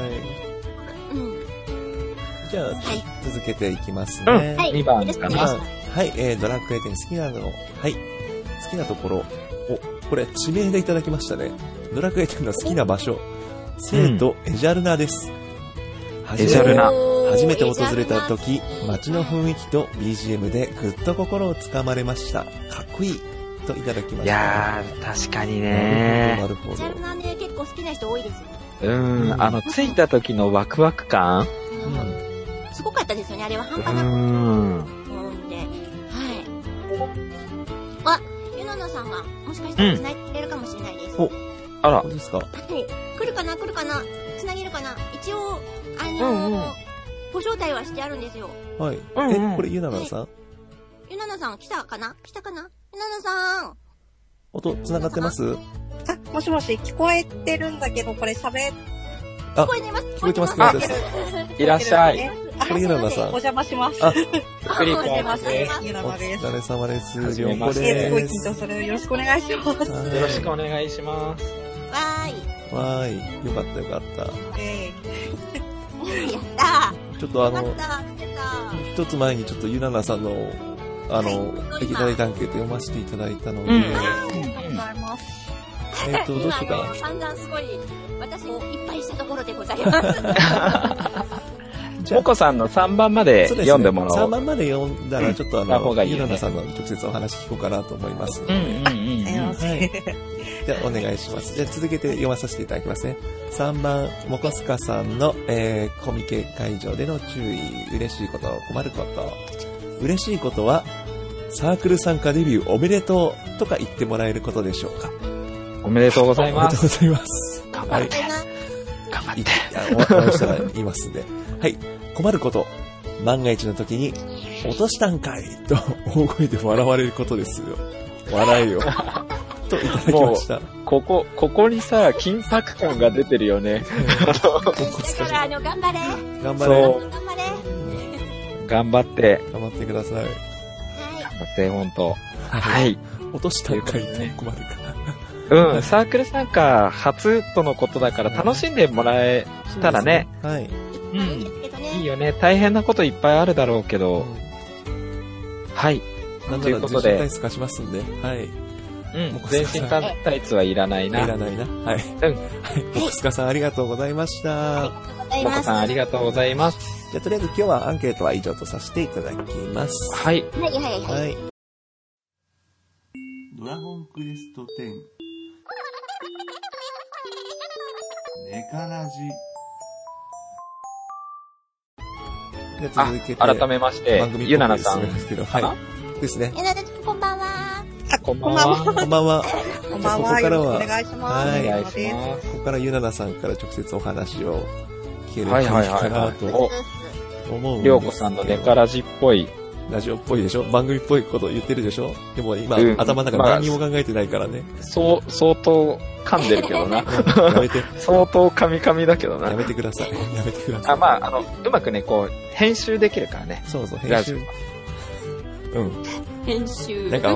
じゃあ、続けていきますね。 2番かな。 はい、ドラクエ10好きなの、好きなところ。これ、地名でいただきましたね。ドラクエ10の好きな場所。聖都エジャルナです。 エジャルナ。 初めて訪れた時、街の雰囲気と BGM でぐっと心をつかまれました。かっこいい。といただきました。 いやー、確かにね。 なるほど。エジャルナね、結構好きな人多いですよね。着いた時のワクワク感。 すごかったですよね、あれは半端なく。はい。ゆななさんが、もしかしたら繋いでくれるかもしれないです。 あら。 そうですか。 はい。来るかな繋げるかな一応、ご招待はしてあるんですよ。 はい。これゆななさん？ ゆななさん来たかなゆななさん。 音繋がってます？ もしもし、聞こえてるんだけど、これ聞こえてます。 聞こえてます。 いらっしゃい。 これゆななさん。お邪魔します。 クリーパーです。 お疲れ様です。 りょうこです。 ご緊張それをよろしくお願いします。 よろしくお願いします。 わーい。 よかったよかった。 やったちょっと一つ前にちょっとゆななさんの、いただいたアンケート読ませていただいたので、 ありがとうございます。 どうしようかな。 散々すごい、私もいっぱいしたところでございます。 もこさんの3番まで読んでもらおう。 3番まで読んだら、ちょっとゆななさんの直接お話聞こうかなと思いますので。じゃあ、お願いします。じゃあ、続けて読まさせていただきますね。3番、もこすかさんの、コミケ会場での注意、嬉しいこと、困ること。嬉しいことは、サークル参加デビューおめでとうとか言ってもらえることでしょうか。 おめでとうございます。 おめでとうございます。 頑張って。頑張って。 お会いしたら言いますんで。はい。困ること。万が一の時に、落としたんかいと大声で笑われることですよ。笑えよ。といただきました。 ここにさ、緊迫感が出てるよね。 だから頑張れ。 頑張れ。 頑張って。 頑張ってください。 頑張って、ほんと。はい。 落としたんかいと困るか。 サークル参加初とのことだから楽しんでもらえたらね。 はい。 いいよね。大変なこといっぱいあるだろうけど。はい。 ということで。全身タイツ貸しますんで。はい。 全身タイツはいらないな。 いらないな。はい。はい。もこすかさんありがとうございました。 もこさんありがとうございます。 じゃあとりあえず今日はアンケートは以上とさせていただきます。 はい。 はい。 ドラゴンクエスト10。ネカラジ。じゃあ続けて。 改めまして、ゆななさん。 はい。ですね。 ゆななさん、こんばんは。 こんばんは。 こんばんは。 こんばんは。よろしくお願いします。 はい。お願いします。ここからゆななさんから直接お話を聞けるかなと思うんです。 りょうこさんのネカラジっぽい。 ラジオっぽいでしょ？番組っぽいこと言ってるでしょ？でも今、頭の中何にも考えてないからね。 相当噛んでるけどな。 やめて。 相当噛みだけどな。 やめてください。やめてください。 うまくね、編集できるからね。 そうそう、編集。 編集。 ま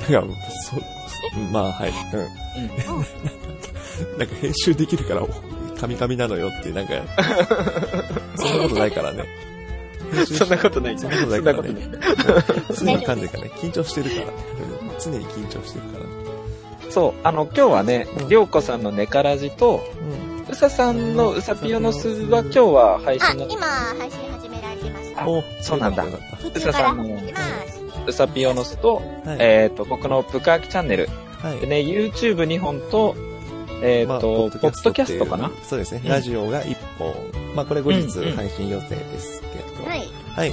あ、はい。なんか編集できるから、噛みなのよって、なんか、そんなことないからね。 そんなことない。 そんなことないからね。常に噛んでるからね。緊張してるからね。常に緊張してるからね。 そう、今日はね、りょうこさんのネカラジと、うささんのうさぴよの巣は今日は配信今、配信始められてました。 そうなんだ。うささんのうさぴよの巣と、僕のぷかあきチャンネル。でね、YouTube2 本と、ポッドキャストかな？ そうですね。ラジオが1本。まあ、これ後日配信予定ですけど。 はい。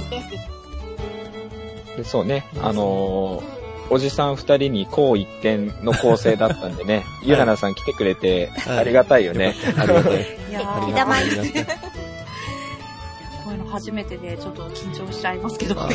で、そうね、おじさん2人にこう一点の構成だったんでね、ゆななさん来てくれて、ありがたいよね。 ありがたい。 いやー、こういうの初めてで、ちょっと緊張しちゃいますけど。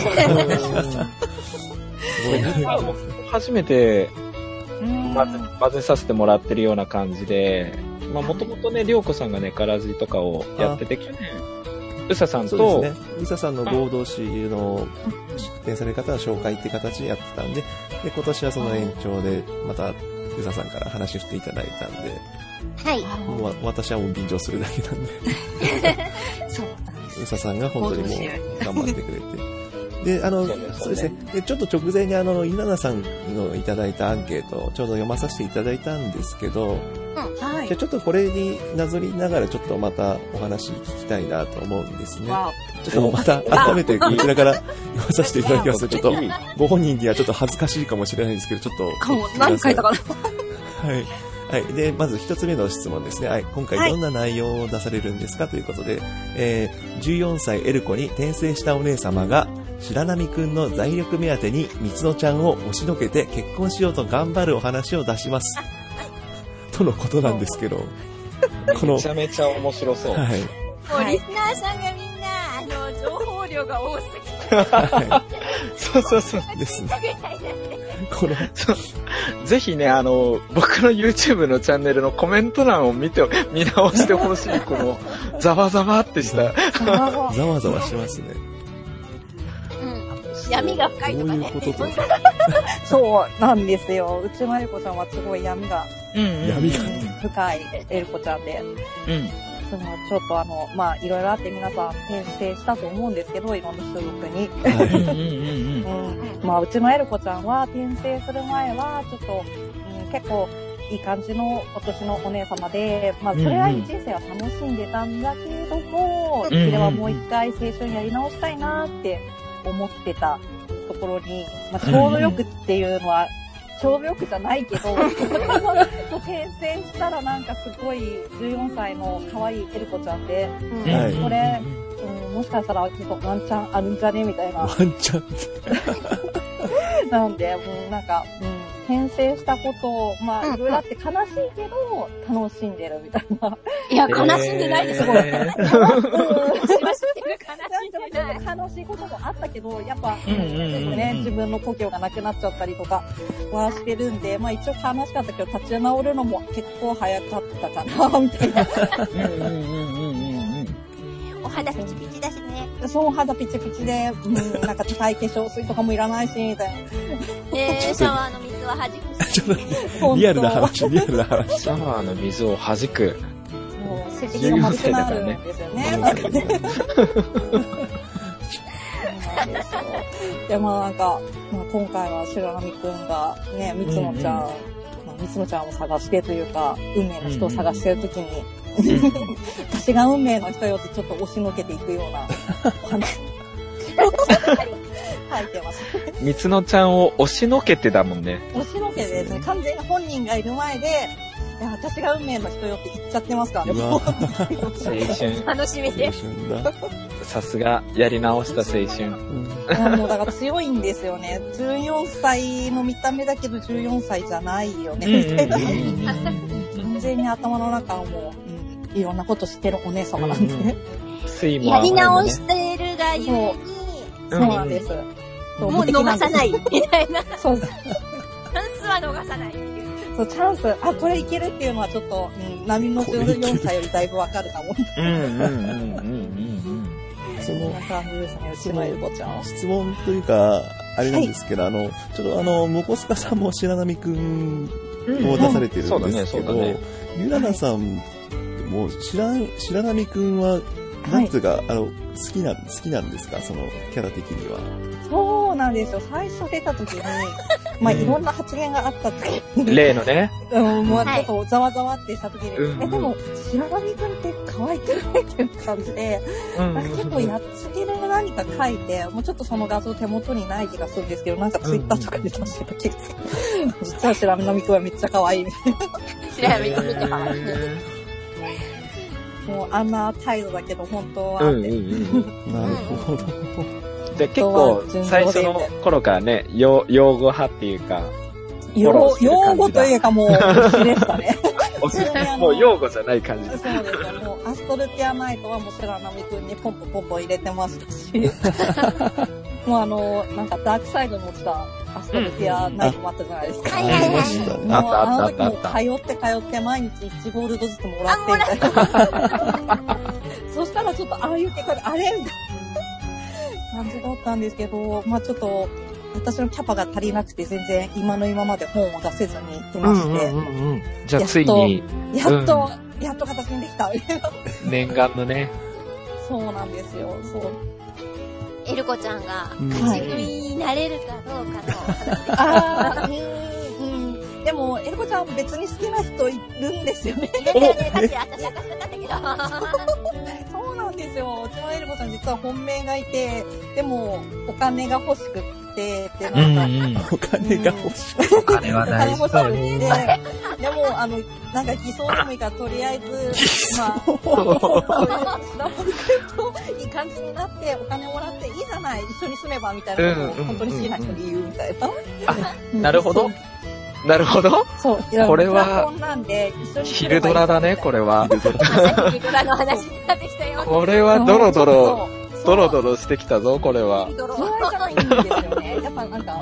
初めて、混ぜさせてもらってるような感じで、もともとね、りょうこさんがネカラジとかをやってて、去年、うささんと、 うささんの合同誌の出展される方は紹介って形でやってたんで、で、今年はその延長で、また、うささんから話をしていただいたんで、 はい。 もう私はもう便乗するだけなんで。 そう。 うささんが本当にもう頑張ってくれて。で、そうですね。で、ちょっと直前にゆななさんのいただいたアンケートをちょうど読まさせていただいたんですけど、 はい。 じゃあちょっとこれになぞりながらちょっとまたお話聞きたいなと思うんですね。ちょっとまた改めてこちらから読まさせていただきますと、ちょっとご本人にはちょっと恥ずかしいかもしれないんですけど、ちょっと。 何書いたかな？ はい。はい。で、まず一つ目の質問ですね。はい。今回どんな内容を出されるんですかということで、14歳エルコに転生したお姉様が、白波くんの財力目当てに三つのちゃんを押しのけて結婚しようと頑張るお話を出します。とのことなんですけど、 めちゃめちゃ面白そう。 はい。 もうリスナーさんがみんな、情報量が多すぎて。 はい、そう。 ですね。 ぜひね、僕の YouTube のチャンネルのコメント欄を見直してほしい、この、ざわざわってした。 ざわざわしますね。 闇が深いとかね。 どういうことそうなんですよ。うちのエルコちゃんはすごい闇が深いエルコちゃんで。ちょっとまあ、いろいろあって皆さん転生したと思うんですけど、いろんな種族に。まあ、うちのエルコちゃんは転生する前は、ちょっと、結構いい感じのお年のお姉様で、まあ、それなりに人生は楽しんでたんだけれども、できればもう一回青春やり直したいなって思ってたところに、まあ、ちょうどよくっていうのは、ちょうどよくじゃないけど、転生したらなんかすごい14歳の可愛いエルコちゃんで、これ、もしかしたらちょっとワンチャンあるんじゃねみたいな。 ワンチャンなんで、もうなんか、転生したことを、まあ、いろいろあって悲しいけど、楽しんでるみたいな。 いや、悲しんでないです、これ。悲しいこともあったけど、やっぱ、ね、自分の故郷がなくなっちゃったりとかはしてるんで、まあ一応悲しかったけど、立ち直るのも結構早かったかな、みたいな。 お肌ピチピチだしね。 そう、お肌ピチピチで、なんか高い化粧水とかもいらないし、みたいな。 シャワーの水は弾く。リアルな話。シャワーの水を弾く。 もう、水滴が丸くなるんですよね。でもなんか、まあ、今回は白波くんがね、みつのちゃん、まあ、みつのちゃんを探してというか、運命の人を探してるときに、私が運命の人よってちょっと押しのけていくようなお話書いてます。 みつのちゃんを押しのけてだもんね。 押しのけてですね、完全に本人がいる前で、いや、私が運命の人よって言っちゃってますからね。 青春。 楽しみです。 さすが、やり直した青春。 もうだから強いんですよね。14歳の見た目だけど14歳じゃないよね、みたいな。完全に頭の中はもう、いろんなこと知ってるお姉様なんでね。 やり直してるがゆえに、 そうなんです。 もう逃さない、みたいな。 そうです。 チャンスは逃さない。 そう、チャンス、あ、これいけるっていうのはちょっっと、波の14歳よりだいぶわかるかも。そんな感じですね、うちのエルコちゃん。 質問というか、あれなんですけど、はい、ちょっとモコスカさんも白波くんを出されてるんですけど、ゆらなさんも白波くんは、なんつうか、好きなんですか、そのキャラ的には。 そうなんですよ。最初出た時に、まあ、いろんな発言があった時に。 例のね。 もうちょっとざわざわってした時に、でも、白波くんって可愛くないっていう感じで、なんか結構やっつける何か書いて、もうちょっとその画像手元にない気がするんですけど、なんかツイッターとかで出してた気がする。実は白波くんはめっちゃ可愛いみたいな。 白波くんめっちゃ可愛い。 もうあんな態度だけど本当はって。なるほど。 で結構最初の頃からね、用語派っていうか、 用語というかもう推しですかね。 もう用語じゃない感じ。 そうですよ。もうアストルティアナイトはもう白波くんにポンポン入れてましたし、もうなんかダークサイドに落ちたアストルティアナイトもあったじゃないですか。あの時も通って毎日1ゴールドずつもらってみたいな。そしたらちょっとああいう結果であれみたいな感じだったんですけど、まあちょっと私のキャパが足りなくて全然今の今まで本を出せずにいまして。 じゃあついに。 やっと形にできた。 念願のね。 そうなんですよ。そう。 エルコちゃんが口食いになれるかどうかの話です。 でも、エルコちゃん別に好きな人いるんですよね。 だって私明かしたかったけど。 そうなんですよ。うちのエルコちゃん実は本命がいて、でもお金が欲しくってなんか、 お金が欲しくて。 お金は大事だね。 でもなんか偽装でもいいからとりあえず、まあ、いい感じになってお金もらっていいじゃない、一緒に住めばみたいなことを本当に好きな人に言うみたいな。 なるほど。なるほど。 そう。 これは、昼ドラだね、これは。 昼ドラの話になってきたよ。 これはドロドロしてきたぞ、これは。 ドロじゃないんですよね。やっぱなんか、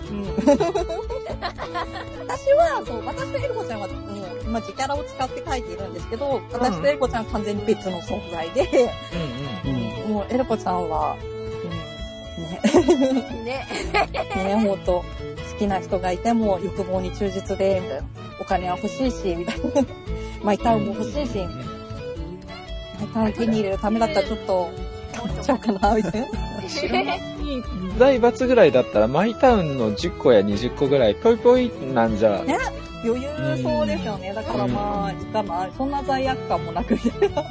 私とエルコちゃんは、まあ、自キャラを使って書いているんですけど、私とエルコちゃんは完全に別の存在で、もうエルコちゃんは、 ね。 ね、ほんと。好きな人がいても欲望に忠実で、みたいな。お金は欲しいし、みたいな。マイタウンも欲しいし、マイタウン手に入れるためだったらちょっと、買っちゃおうかな、みたいな。 財閥ぐらいだったら、マイタウンの10個や20個ぐらい、ぽいぽいなんじゃ。 ね、余裕そうですよね。だからまあ、いかな、そんな罪悪感もなく、みたいな。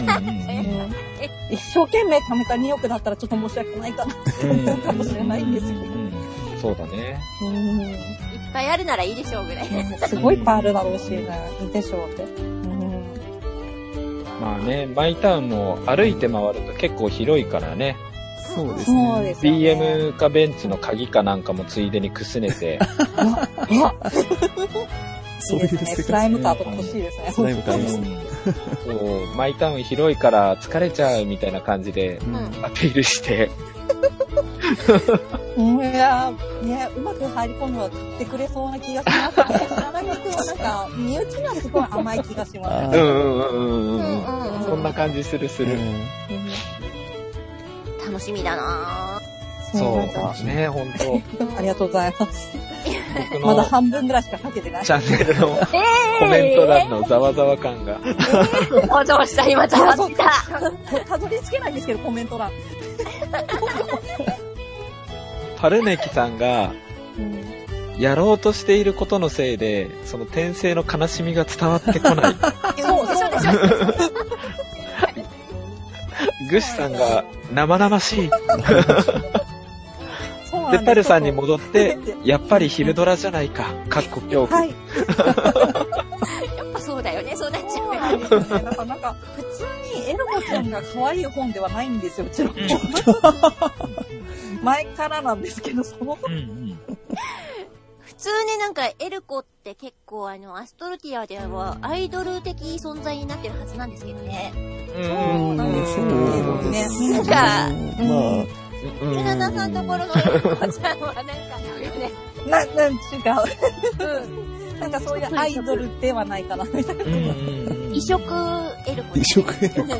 一生懸命貯めた2億だったらちょっと申し訳ないかなって思うかもしれないんですけど。 そうだね。 いっぱいあるならいいでしょうぐらい。 すごいいっぱいあるだろうし、いいでしょうって。 まあね、マイタウンも歩いて回ると結構広いからね。 そうですね。 そうですね。 BM かベンツの鍵かなんかもついでにくすねて。 そうですね。 スライムカーとか欲しいですね。 スライムカーですね。 そう、マイタウン広いから疲れちゃうみたいな感じでアピールして。 いやね、うまく入り込むのは買ってくれそうな気がしますね。知らない人はなんか、身内にはすごい甘い気がします。 そんな感じする。 楽しみだなぁ。そうね、ほんと。 ありがとうございます。まだ半分ぐらいしかかけてない。 チャンネルのコメント欄のざわざわ感が。 どうした今ざわついた。 たどり着けないんですけど、コメント欄。 パルネキさんが、やろうとしていることのせいで、その転生の悲しみが伝わってこない。 そうでしょ。 グシさんが生々しい。で、パルさんに戻って、やっぱり昼ドラじゃないか。かっこ恐怖。 はい。 やっぱそうだよね、そうなっちゃう。 なんか、普通にエルモちゃんが可愛い本ではないんですよ、うちの本。前からなんですけど、その。 普通ね、なんか、エルコって結構アストルティアではアイドル的存在になってるはずなんですけどね。 そうなんですよね。 なんか、ルナナさんところのエルコちゃんはなんか、 違う。なんかそういうアイドルではないかな、みたいな。 異色エルコ。 異色エルコ。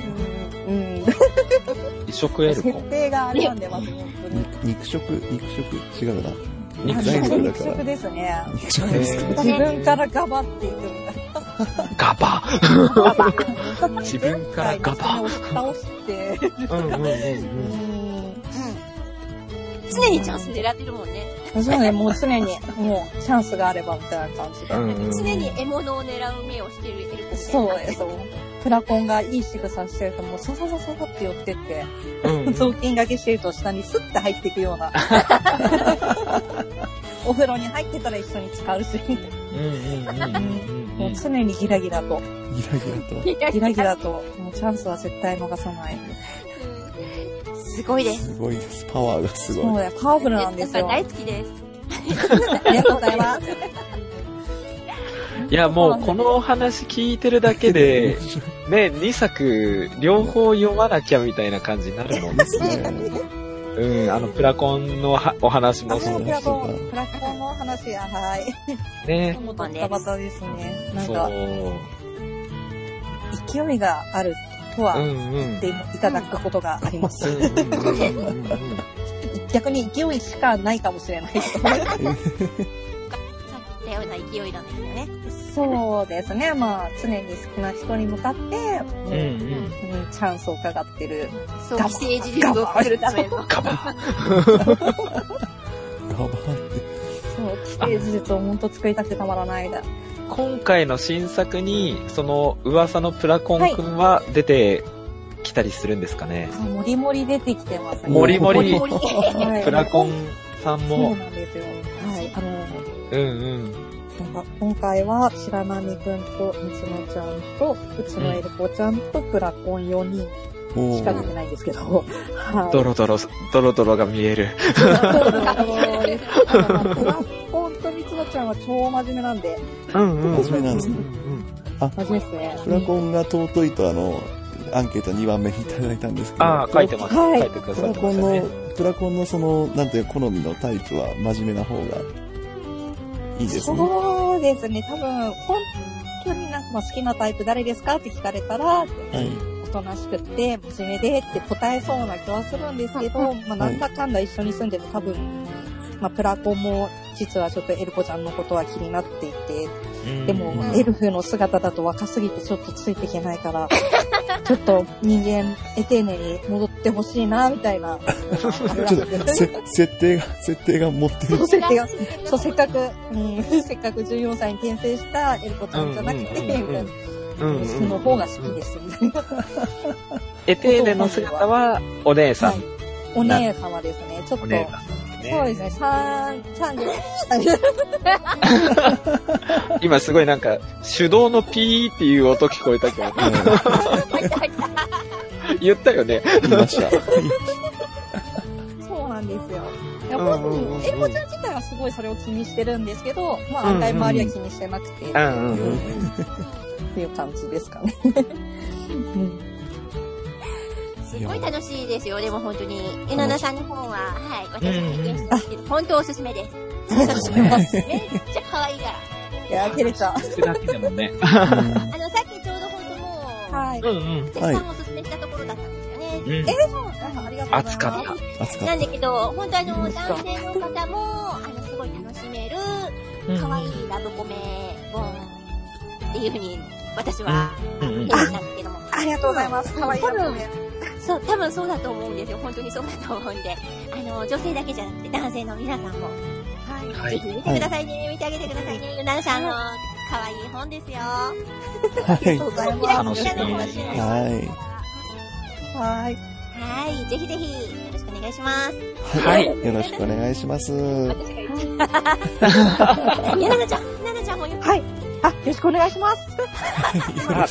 異色エルコ。 設定があれなんで、まず本当に。 肉食、違うな。 肉食ですね。 肉食ですか。 自分からガバっていくみたいな。 ガバ自分からガバ倒して。 常にチャンス狙ってるもんね。 そうね、もう常に、もうチャンスがあればみたいな感じで。 常に獲物を狙う目をしてるエルコ。 そうです。プラコンがいい仕草してるともうササササって寄ってって、雑巾掛けしてると下にスッて入っていくような。お風呂に入ってたら一緒に使うし。もう常にギラギラと。ギラギラと。もうチャンスは絶対逃さない。 すごいです。 すごいです。パワーがすごい。 そうだよ。パワフルなんですよ。 大好きです。 ありがとうございます。 いや、もうこのお話聞いてるだけで、ね、2作両方読まなきゃみたいな感じになるもんね。プラコンのお話もそうだし。 プラコンのお話、はい。 ね。 もうバタバタですね。なんか、勢いがあるとは言っていただくことがあります。逆に勢いしかないかもしれない。さっき言ったような勢いなんですよね。 そうですね。まあ、常に好きな人に向かって、チャンスを伺ってる。 そう、既成事実を作るための。 ガバって。そう、 既成事実を本当作りたくてたまらないだ。 今回の新作に、その噂のプラコンくんは出てきたりするんですかね。 もりもり出てきてますね。 もりもり。プラコンさんも。 そうなんですよ。はい。今回は白波くんとみつのちゃんとうちのエルコちゃんとプラコン4人しか出てないんですけど、 ドロドロが見える。 プラコンとみつのちゃんは超真面目なんで。 真面目なんですね。 真面目ですね。 プラコンが尊いとアンケート2番目にいただいたんですけど。 書いてます。書いてくださってましたね。 プラコンのその、なんていう好みのタイプは真面目な方がいいですね。 そうですね。多分、本当になんか好きなタイプ誰ですかって聞かれたら、 となしくって、真面目でって答えそうな気はするんですけど、まあ、なんだかんだ一緒に住んでて多分、まあ、プラコも実はちょっとエルコちゃんのことは気になっていて、でも、エルフの姿だと若すぎてちょっとついていけないから、ちょっと人間、丁寧に戻ってほしいな、みたいな。 ちょっと、設定が持ってる。 そう、設定が、そう、せっかく14歳に転生したエルコちゃんじゃなくて、みたいな。その方が好きです、みたいな。 エテーネの姿は、お姉さん。 お姉様ですね。ちょっと。そうですね、30 今すごいなんか、手動のピーっていう音聞こえたけど。言ったよね。 言いました。 そうなんですよ。いや、本当に、エルコちゃん自体はすごいそれを気にしてるんですけど、まあ案外周りは気にしてなくて、っていう感じですかね。 すごい楽しいですよ、でも本当に。エナナさんの方は、はい、私も経験してますけど、本当おすすめです。めっちゃ可愛いから。 いや、照れちゃう。 それだけでもね。 さっきちょうど本当もう、 はい。 絶賛おすすめしたところだったんですよね。 そうなんだ、ありがとうございます。 暑かった。 なんだけど、本当男性の方も、すごい楽しめる、可愛いラブコメ本っていうふうに、私は、見てましたんですけども。 ありがとうございます。可愛いラブコメ。 そう、多分そうだと思うんですよ。本当にそうだと思うんで。女性だけじゃなくて男性の皆さんも。はい。ぜひ見てくださいね。見てあげてくださいね。ゆなるさんの可愛い本ですよ。 ありがとうございます。 楽しみ。 はい。 ぜひぜひ、よろしくお願いします。 はい。よろしくお願いします。 私が言っちゃった。ゆなるちゃんも言って。 はい。よろしくお願いします。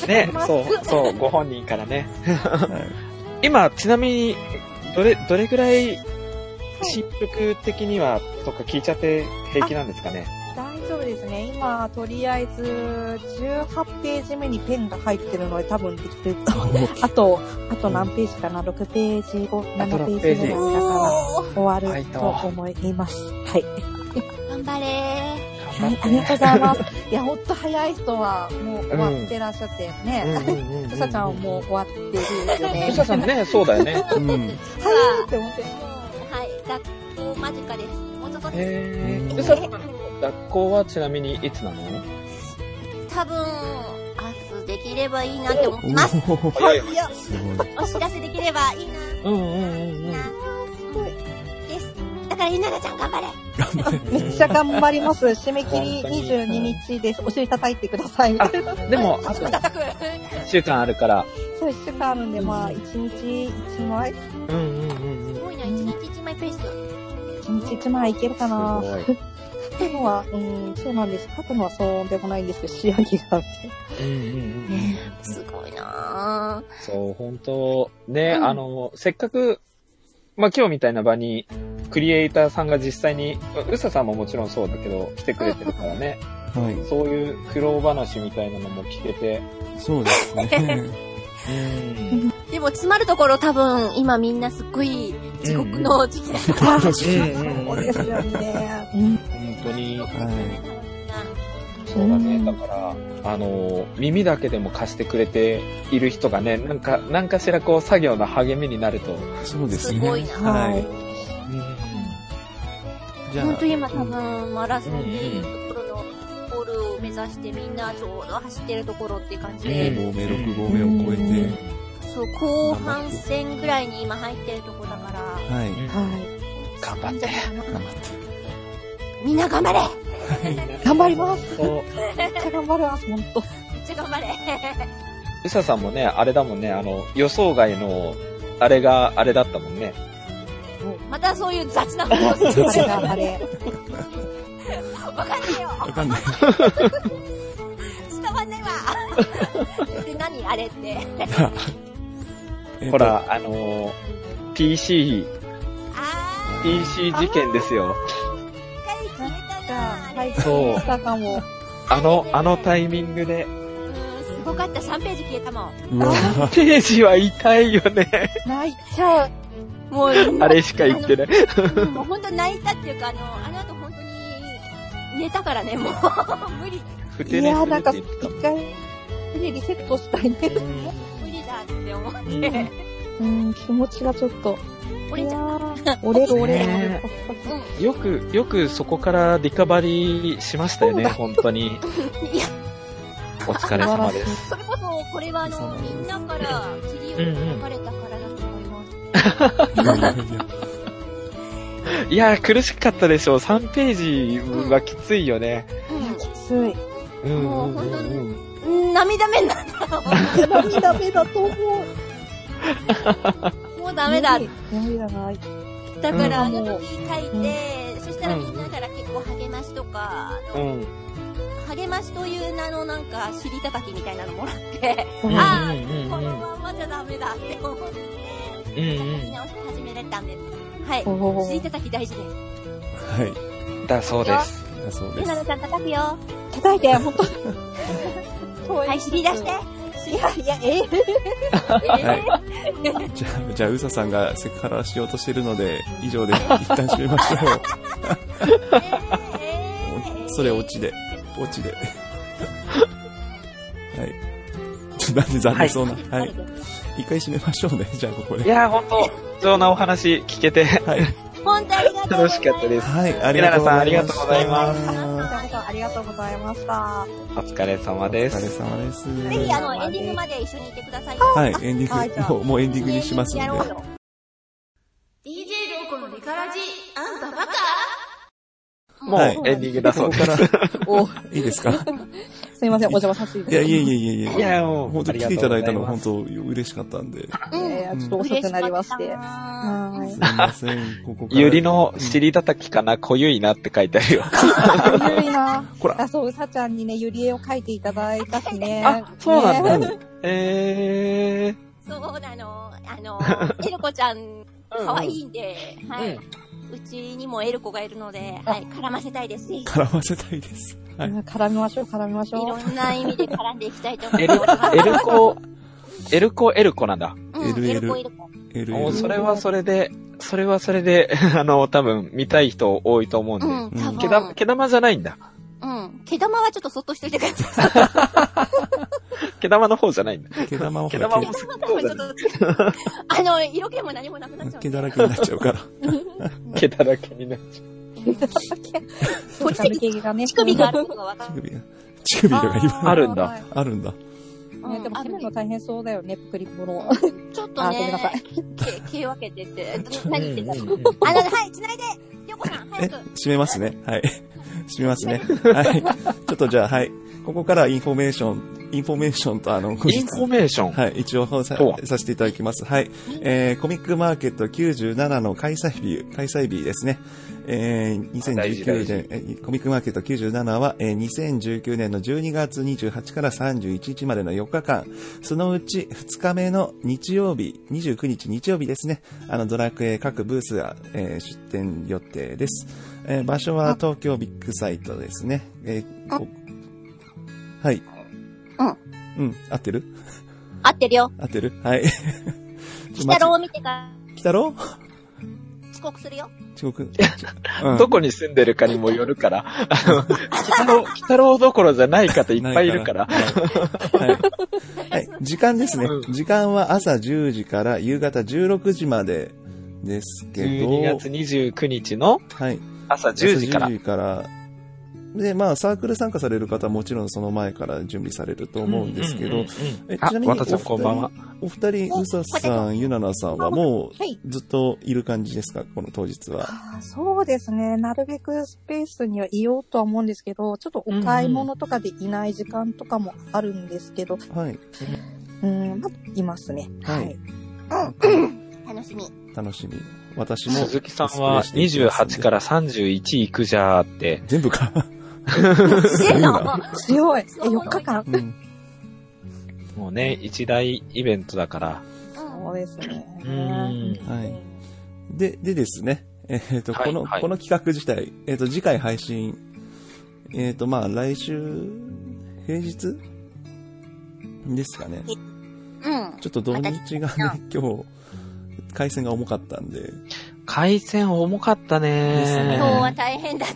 ね、そう、ご本人からね。今、ちなみに、どれぐらい、新服的には、とか聞いちゃって平気なんですかね。 大丈夫ですね。今、とりあえず、18ページ目にペンが入ってるので多分できると。あと何ページかな ?6 ページ後、7ページぐらいだから終わると思います。はい。 頑張れー。 はい、ありがとうございます。いや、ほんと早い人はもう終わってらっしゃってね。うさちゃんはもう終わってるよね。 うささんね、そうだよね。はいって思って。 はい、学校間近です。もうちょっとです。うささんの学校はちなみにいつなの？ 多分、明日できればいいなって思ってます。 早い。 お知らせできればいいな。すごい。です。だから、ゆななちゃん頑張れ。 めっちゃ頑張ります。締め切り22日です。お尻叩いてください。 でも、あと1週間あるから。 そう、1週間あるんで、まあ、1日1枚。 すごいな、1日1枚ペース。 1日1枚いけるかな。書くのは、そうなんです。書くのはそうでもないんですけど、仕上げがあって。 すごいなぁ。 そう、本当ね、せっかく、まあ、今日みたいな場に、クリエイターさんが実際に、うささんももちろんそうだけど、来てくれてるからね。はい。そういう苦労話みたいなのも聞けて。 そうですね。 でも詰まるところ多分今みんなすっごい地獄の時期だから。 そうですよね。 本当に。そうだね。だから、耳だけでも貸してくれている人がね、なんかしらこう作業の励みになると。 そうですね。 すごいな。 はい。 本当に今多分マラソンっていうところのゴールを目指してみんなちょうど走ってるところっていう感じで。 5合目、6合目を超えて。 そう、後半戦ぐらいに今入ってるとこだから。 はい。 頑張って。 みんな頑張れ頑張ります。めっちゃ頑張ります、ほんと。 めっちゃ頑張れ。 うささんもね、あれだもんね、予想外の、あれがあれだったもんね。 またそういう雑なことをする。 あれ。 わかんないよ。 わかんない。 伝わんないわ。で、何あれって。 ほら、PC 事件ですよ。 そう。 あのタイミングで。 すごかった。3ページ消えたもん。 3ページは痛いよね。 泣いちゃう。 もう、 あれしか言ってない。 もう本当泣いたっていうか、あの後本当に寝たからね、もう無理。 いや、なんか、一回、リセットしたいね。 無理だっって思って。 気持ちがちょっと。 折れちゃった。 折れる。 よくそこからリカバリーしましたよね、本当に。お疲れ様です。 それこそ、これはみんなから切りを書かれたからだと思います。 いや、苦しかったでしょう。3ページはきついよね。 きつい。 もう本当に、涙目になった。 涙目だと思う。 もうダメだ。 涙ない。 だから、あの時書いて、そしたらみんなから結構励ましとか、励ましという名のなんか、尻叩きみたいなのもらって、ああ、このまんまじゃダメだって思って、見直し始められたんです。はい。尻叩き大事です。 はい。 だそうです。 ゆななちゃん叩くよ。 叩いて、ほんと。 はい、尻出して。いや、 じゃあ、うささんがセクハラしようとしてるので、以上で一旦締めましょう。それオチで。はい。なんで残念そうな。はい。一回締めましょうね、じゃあここで。 いやー、ほんと、貴重なお話聞けて。はい。 本当ありがとうございます。 楽しかったです。 はい、ありがとうございます。 ありがとうございます。 ありがとうございました。 お疲れ様です。 お疲れ様です。 ぜひ、エンディングまで一緒にいてください。 はい、エンディング、もうエンディングにしますんで。 DJ 涼子のリカラジ、あんたバカ？ もうエンディングだそうです。 いいですか？ すいません、お邪魔させていただきました。いや、もう、本当に来ていただいたの本当嬉しかったんで。 ちょっと遅くなりまして。 すいません、ここから。 ゆりの尻叩きかな、濃ゆいなって書いてあるよ。 濃ゆいな。ほら。そう、うさちゃんにね、ゆり絵を描いていただいたしね。 あ、そうなんだ。そうなの。エルコちゃん、可愛いんで、はい。うちにもエルコがいるので、はい、絡ませたいです。 絡ませたいです。はい。 絡みましょう。 いろんな意味で絡んでいきたいと思います。 エルコなんだ。 エルコ。 それはそれで、多分、見たい人多いと思うんで。毛玉じゃないんだ。 毛玉はちょっとそっとしといてください。 毛玉の方じゃないんだ。 毛玉もすっごい色気も何もなくなっちゃう。 毛だらけになっちゃうから。 毛だらけになっちゃう。乳首があるのがわかる。 乳首が今あるんだ。 あるんだ。 でも、締めるの大変そうだよね、プクリポの。 ちょっとね、 ごめんなさい。 毛分けてて、何言ってたの？はい、繋いで、りょうこさん、早く。 締めますね。はい。締めますね。はい。ちょっとじゃあ、はい。ここからインフォメーションとインフォメーションはい。一応させていただきます。はい。コミックマーケット97の開催日ですね。2019年、コミックマーケット97は、2019年の12月28から31日までの4日間、そのうち2日目の日曜日、29日日曜日ですね、ドラクエ各ブースが、出展予定です。場所は東京ビッグサイトですね。はい。合ってる？ 合ってるよ。 合ってる？はい。 北郎を見てから。 北郎？ 遅刻するよ。 遅刻。どこに住んでるかにもよるから、北郎どころじゃない方いっぱいいるから。 はい。時間ですね。時間は朝10時から夕方16時までですけど。 12月29日の朝10時から。 10時から。で、まあ、サークル参加される方はもちろんその前から準備されると思うんですけど、ちなみにお二人、うささん、ゆななさんはもうずっといる感じですか、この当日は。 そうですね。なるべくスペースにはいようとは思うんですけど、ちょっとお買い物とかでいない時間とかもあるんですけど、 はい。 いますね。 はい。楽しみ。私も。 鈴木さんは28から31行くじゃーって。 全部か。 強い。4日間、 もうね、一大イベントだから。 そうですね。 はい。でですね。この企画自体、次回配信、まあ、来週、平日ですかね。ちょっと土日がね、今日、回線が重かったんで。 回線重かったね。 今日は大変だった。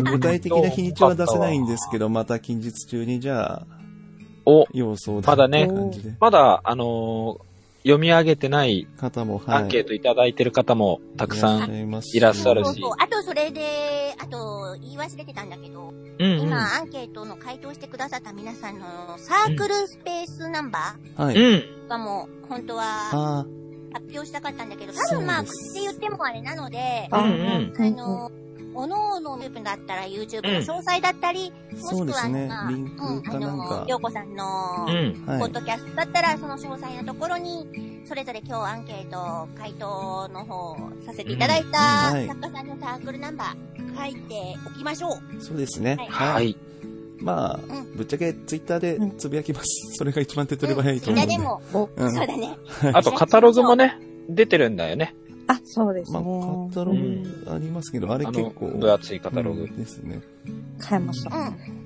具体的な日にちは出せないんですけど、また近日中にじゃあ、様相だまだね、まだ、 読み上げてない方も、 アンケートいただいてる方もたくさんいらっしゃるし。 あとそれで、あと言い忘れてたんだけど、今アンケートの回答してくださった皆さんのサークルスペースナンバーがもう本当は発表したかったんだけど、多分まあ口で言ってもあれなので、おのおのグループだったら YouTube の詳細だったり、もしくはりょうこさんのポッドキャストだったらその詳細なところにそれぞれ今日アンケート回答の方させていただいた作家さんのサークルナンバー書いておきましょう。 そうですね。はい。まあ、ぶっちゃけツイッターでつぶやきます。それが一番手っ取り早いと思うので。 みんなでも、そうだね。 あとカタログもね、出てるんだよね。 あ、そうですね。 まあ、カタログありますけど、あれ結構。 分厚いカタログ。 ですね。 買いました。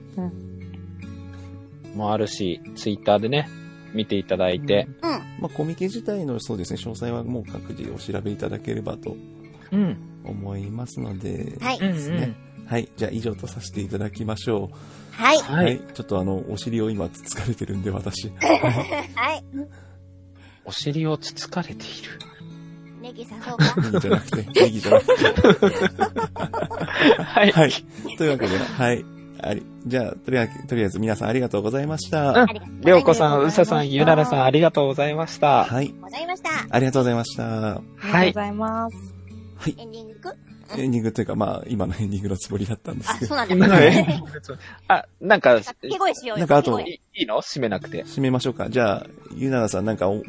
もあるし、ツイッターでね、見ていただいて。 まあ、コミケ自体のそうですね、詳細はもう各自お調べいただければと思いますので、 はい。 ですね。はい。じゃあ以上とさせていただきましょう。 はい。 はい。ちょっとお尻を今つつかれてるんで、私。 はい。 お尻をつつかれている。 ネギさそうか。 ネギじゃなくて、ネギじゃなくて。 はい。 はい。というわけで、はい。じゃあ、とりあえず皆さんありがとうございました。 りょうこさん、うささん、ゆならさん、ありがとうございました。 はい。 ございました。 ありがとうございました。 ありがとうございます。 はい。 エンディングエンディングというか、まあ、今のエンディングのつもりだったんですけど。 あ、そうなんだ。 なんか、 掛け声しようよ。 なんかあと、 いいの締めなくて。 締めましょうか。じゃあ、ゆならさん、なんかはい。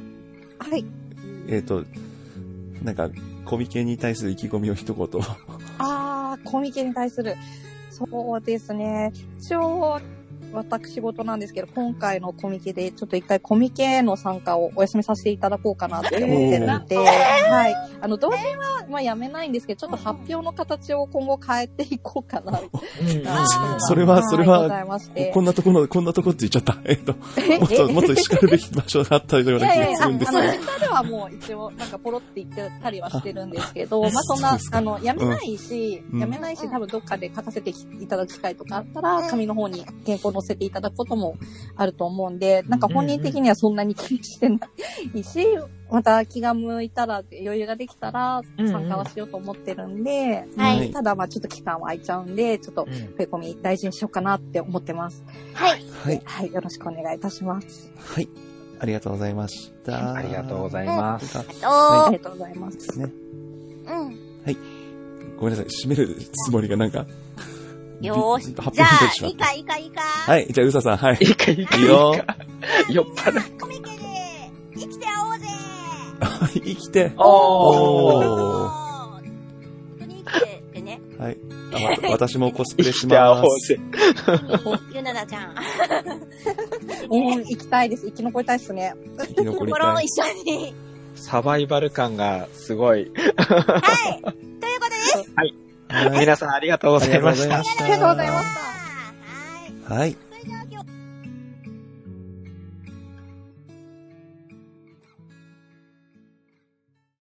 なんか、コミケに対する意気込みを一言。 コミケに対する。そうですね。一応、私事なんですけど、今回のコミケで、ちょっと一回コミケへの参加をお休みさせていただこうかなって思ってるので、はい。同人は、まあ、やめないんですけど、ちょっと発表の形を今後変えていこうかな。 それは、こんなとこって言っちゃった。もっと叱るべき場所だったような気がするんですけど。 ツイッターではもう一応、なんかポロって言ってたりはしてるんですけど、まあ、そんな、やめないし、多分どっかで書かせていただく機会とかあったら、紙の方に原稿載せていただくこともあると思うんで、なんか本人的にはそんなに気にしてないし、また気が向いたら、余裕ができたら参加はしようと思ってるんで、ただまあちょっと期間は空いちゃうんで、ちょっと冬コミ大事にしようかなって思ってます。 はい。 はい。よろしくお願いいたします。 はい。ありがとうございました。 ありがとうございます。 ありがとうございます。 ね。はい。ごめんなさい。締めるつもりがなんか、 よーし。じゃあ、いいか。 はい。じゃあ、うささん、はい。 いいよ。酔っ払い。 コミケで、生きて会おうぜ生きて。 本当に生きてってね。 はい。私もコスプレします。 ゆななちゃん。 行きたいです。生き残りたいですね。 生き残りたい。 一緒に。 サバイバル感がすごい。 はい。ということです。 はい。皆さんありがとうございました。 ありがとうございました。 はい。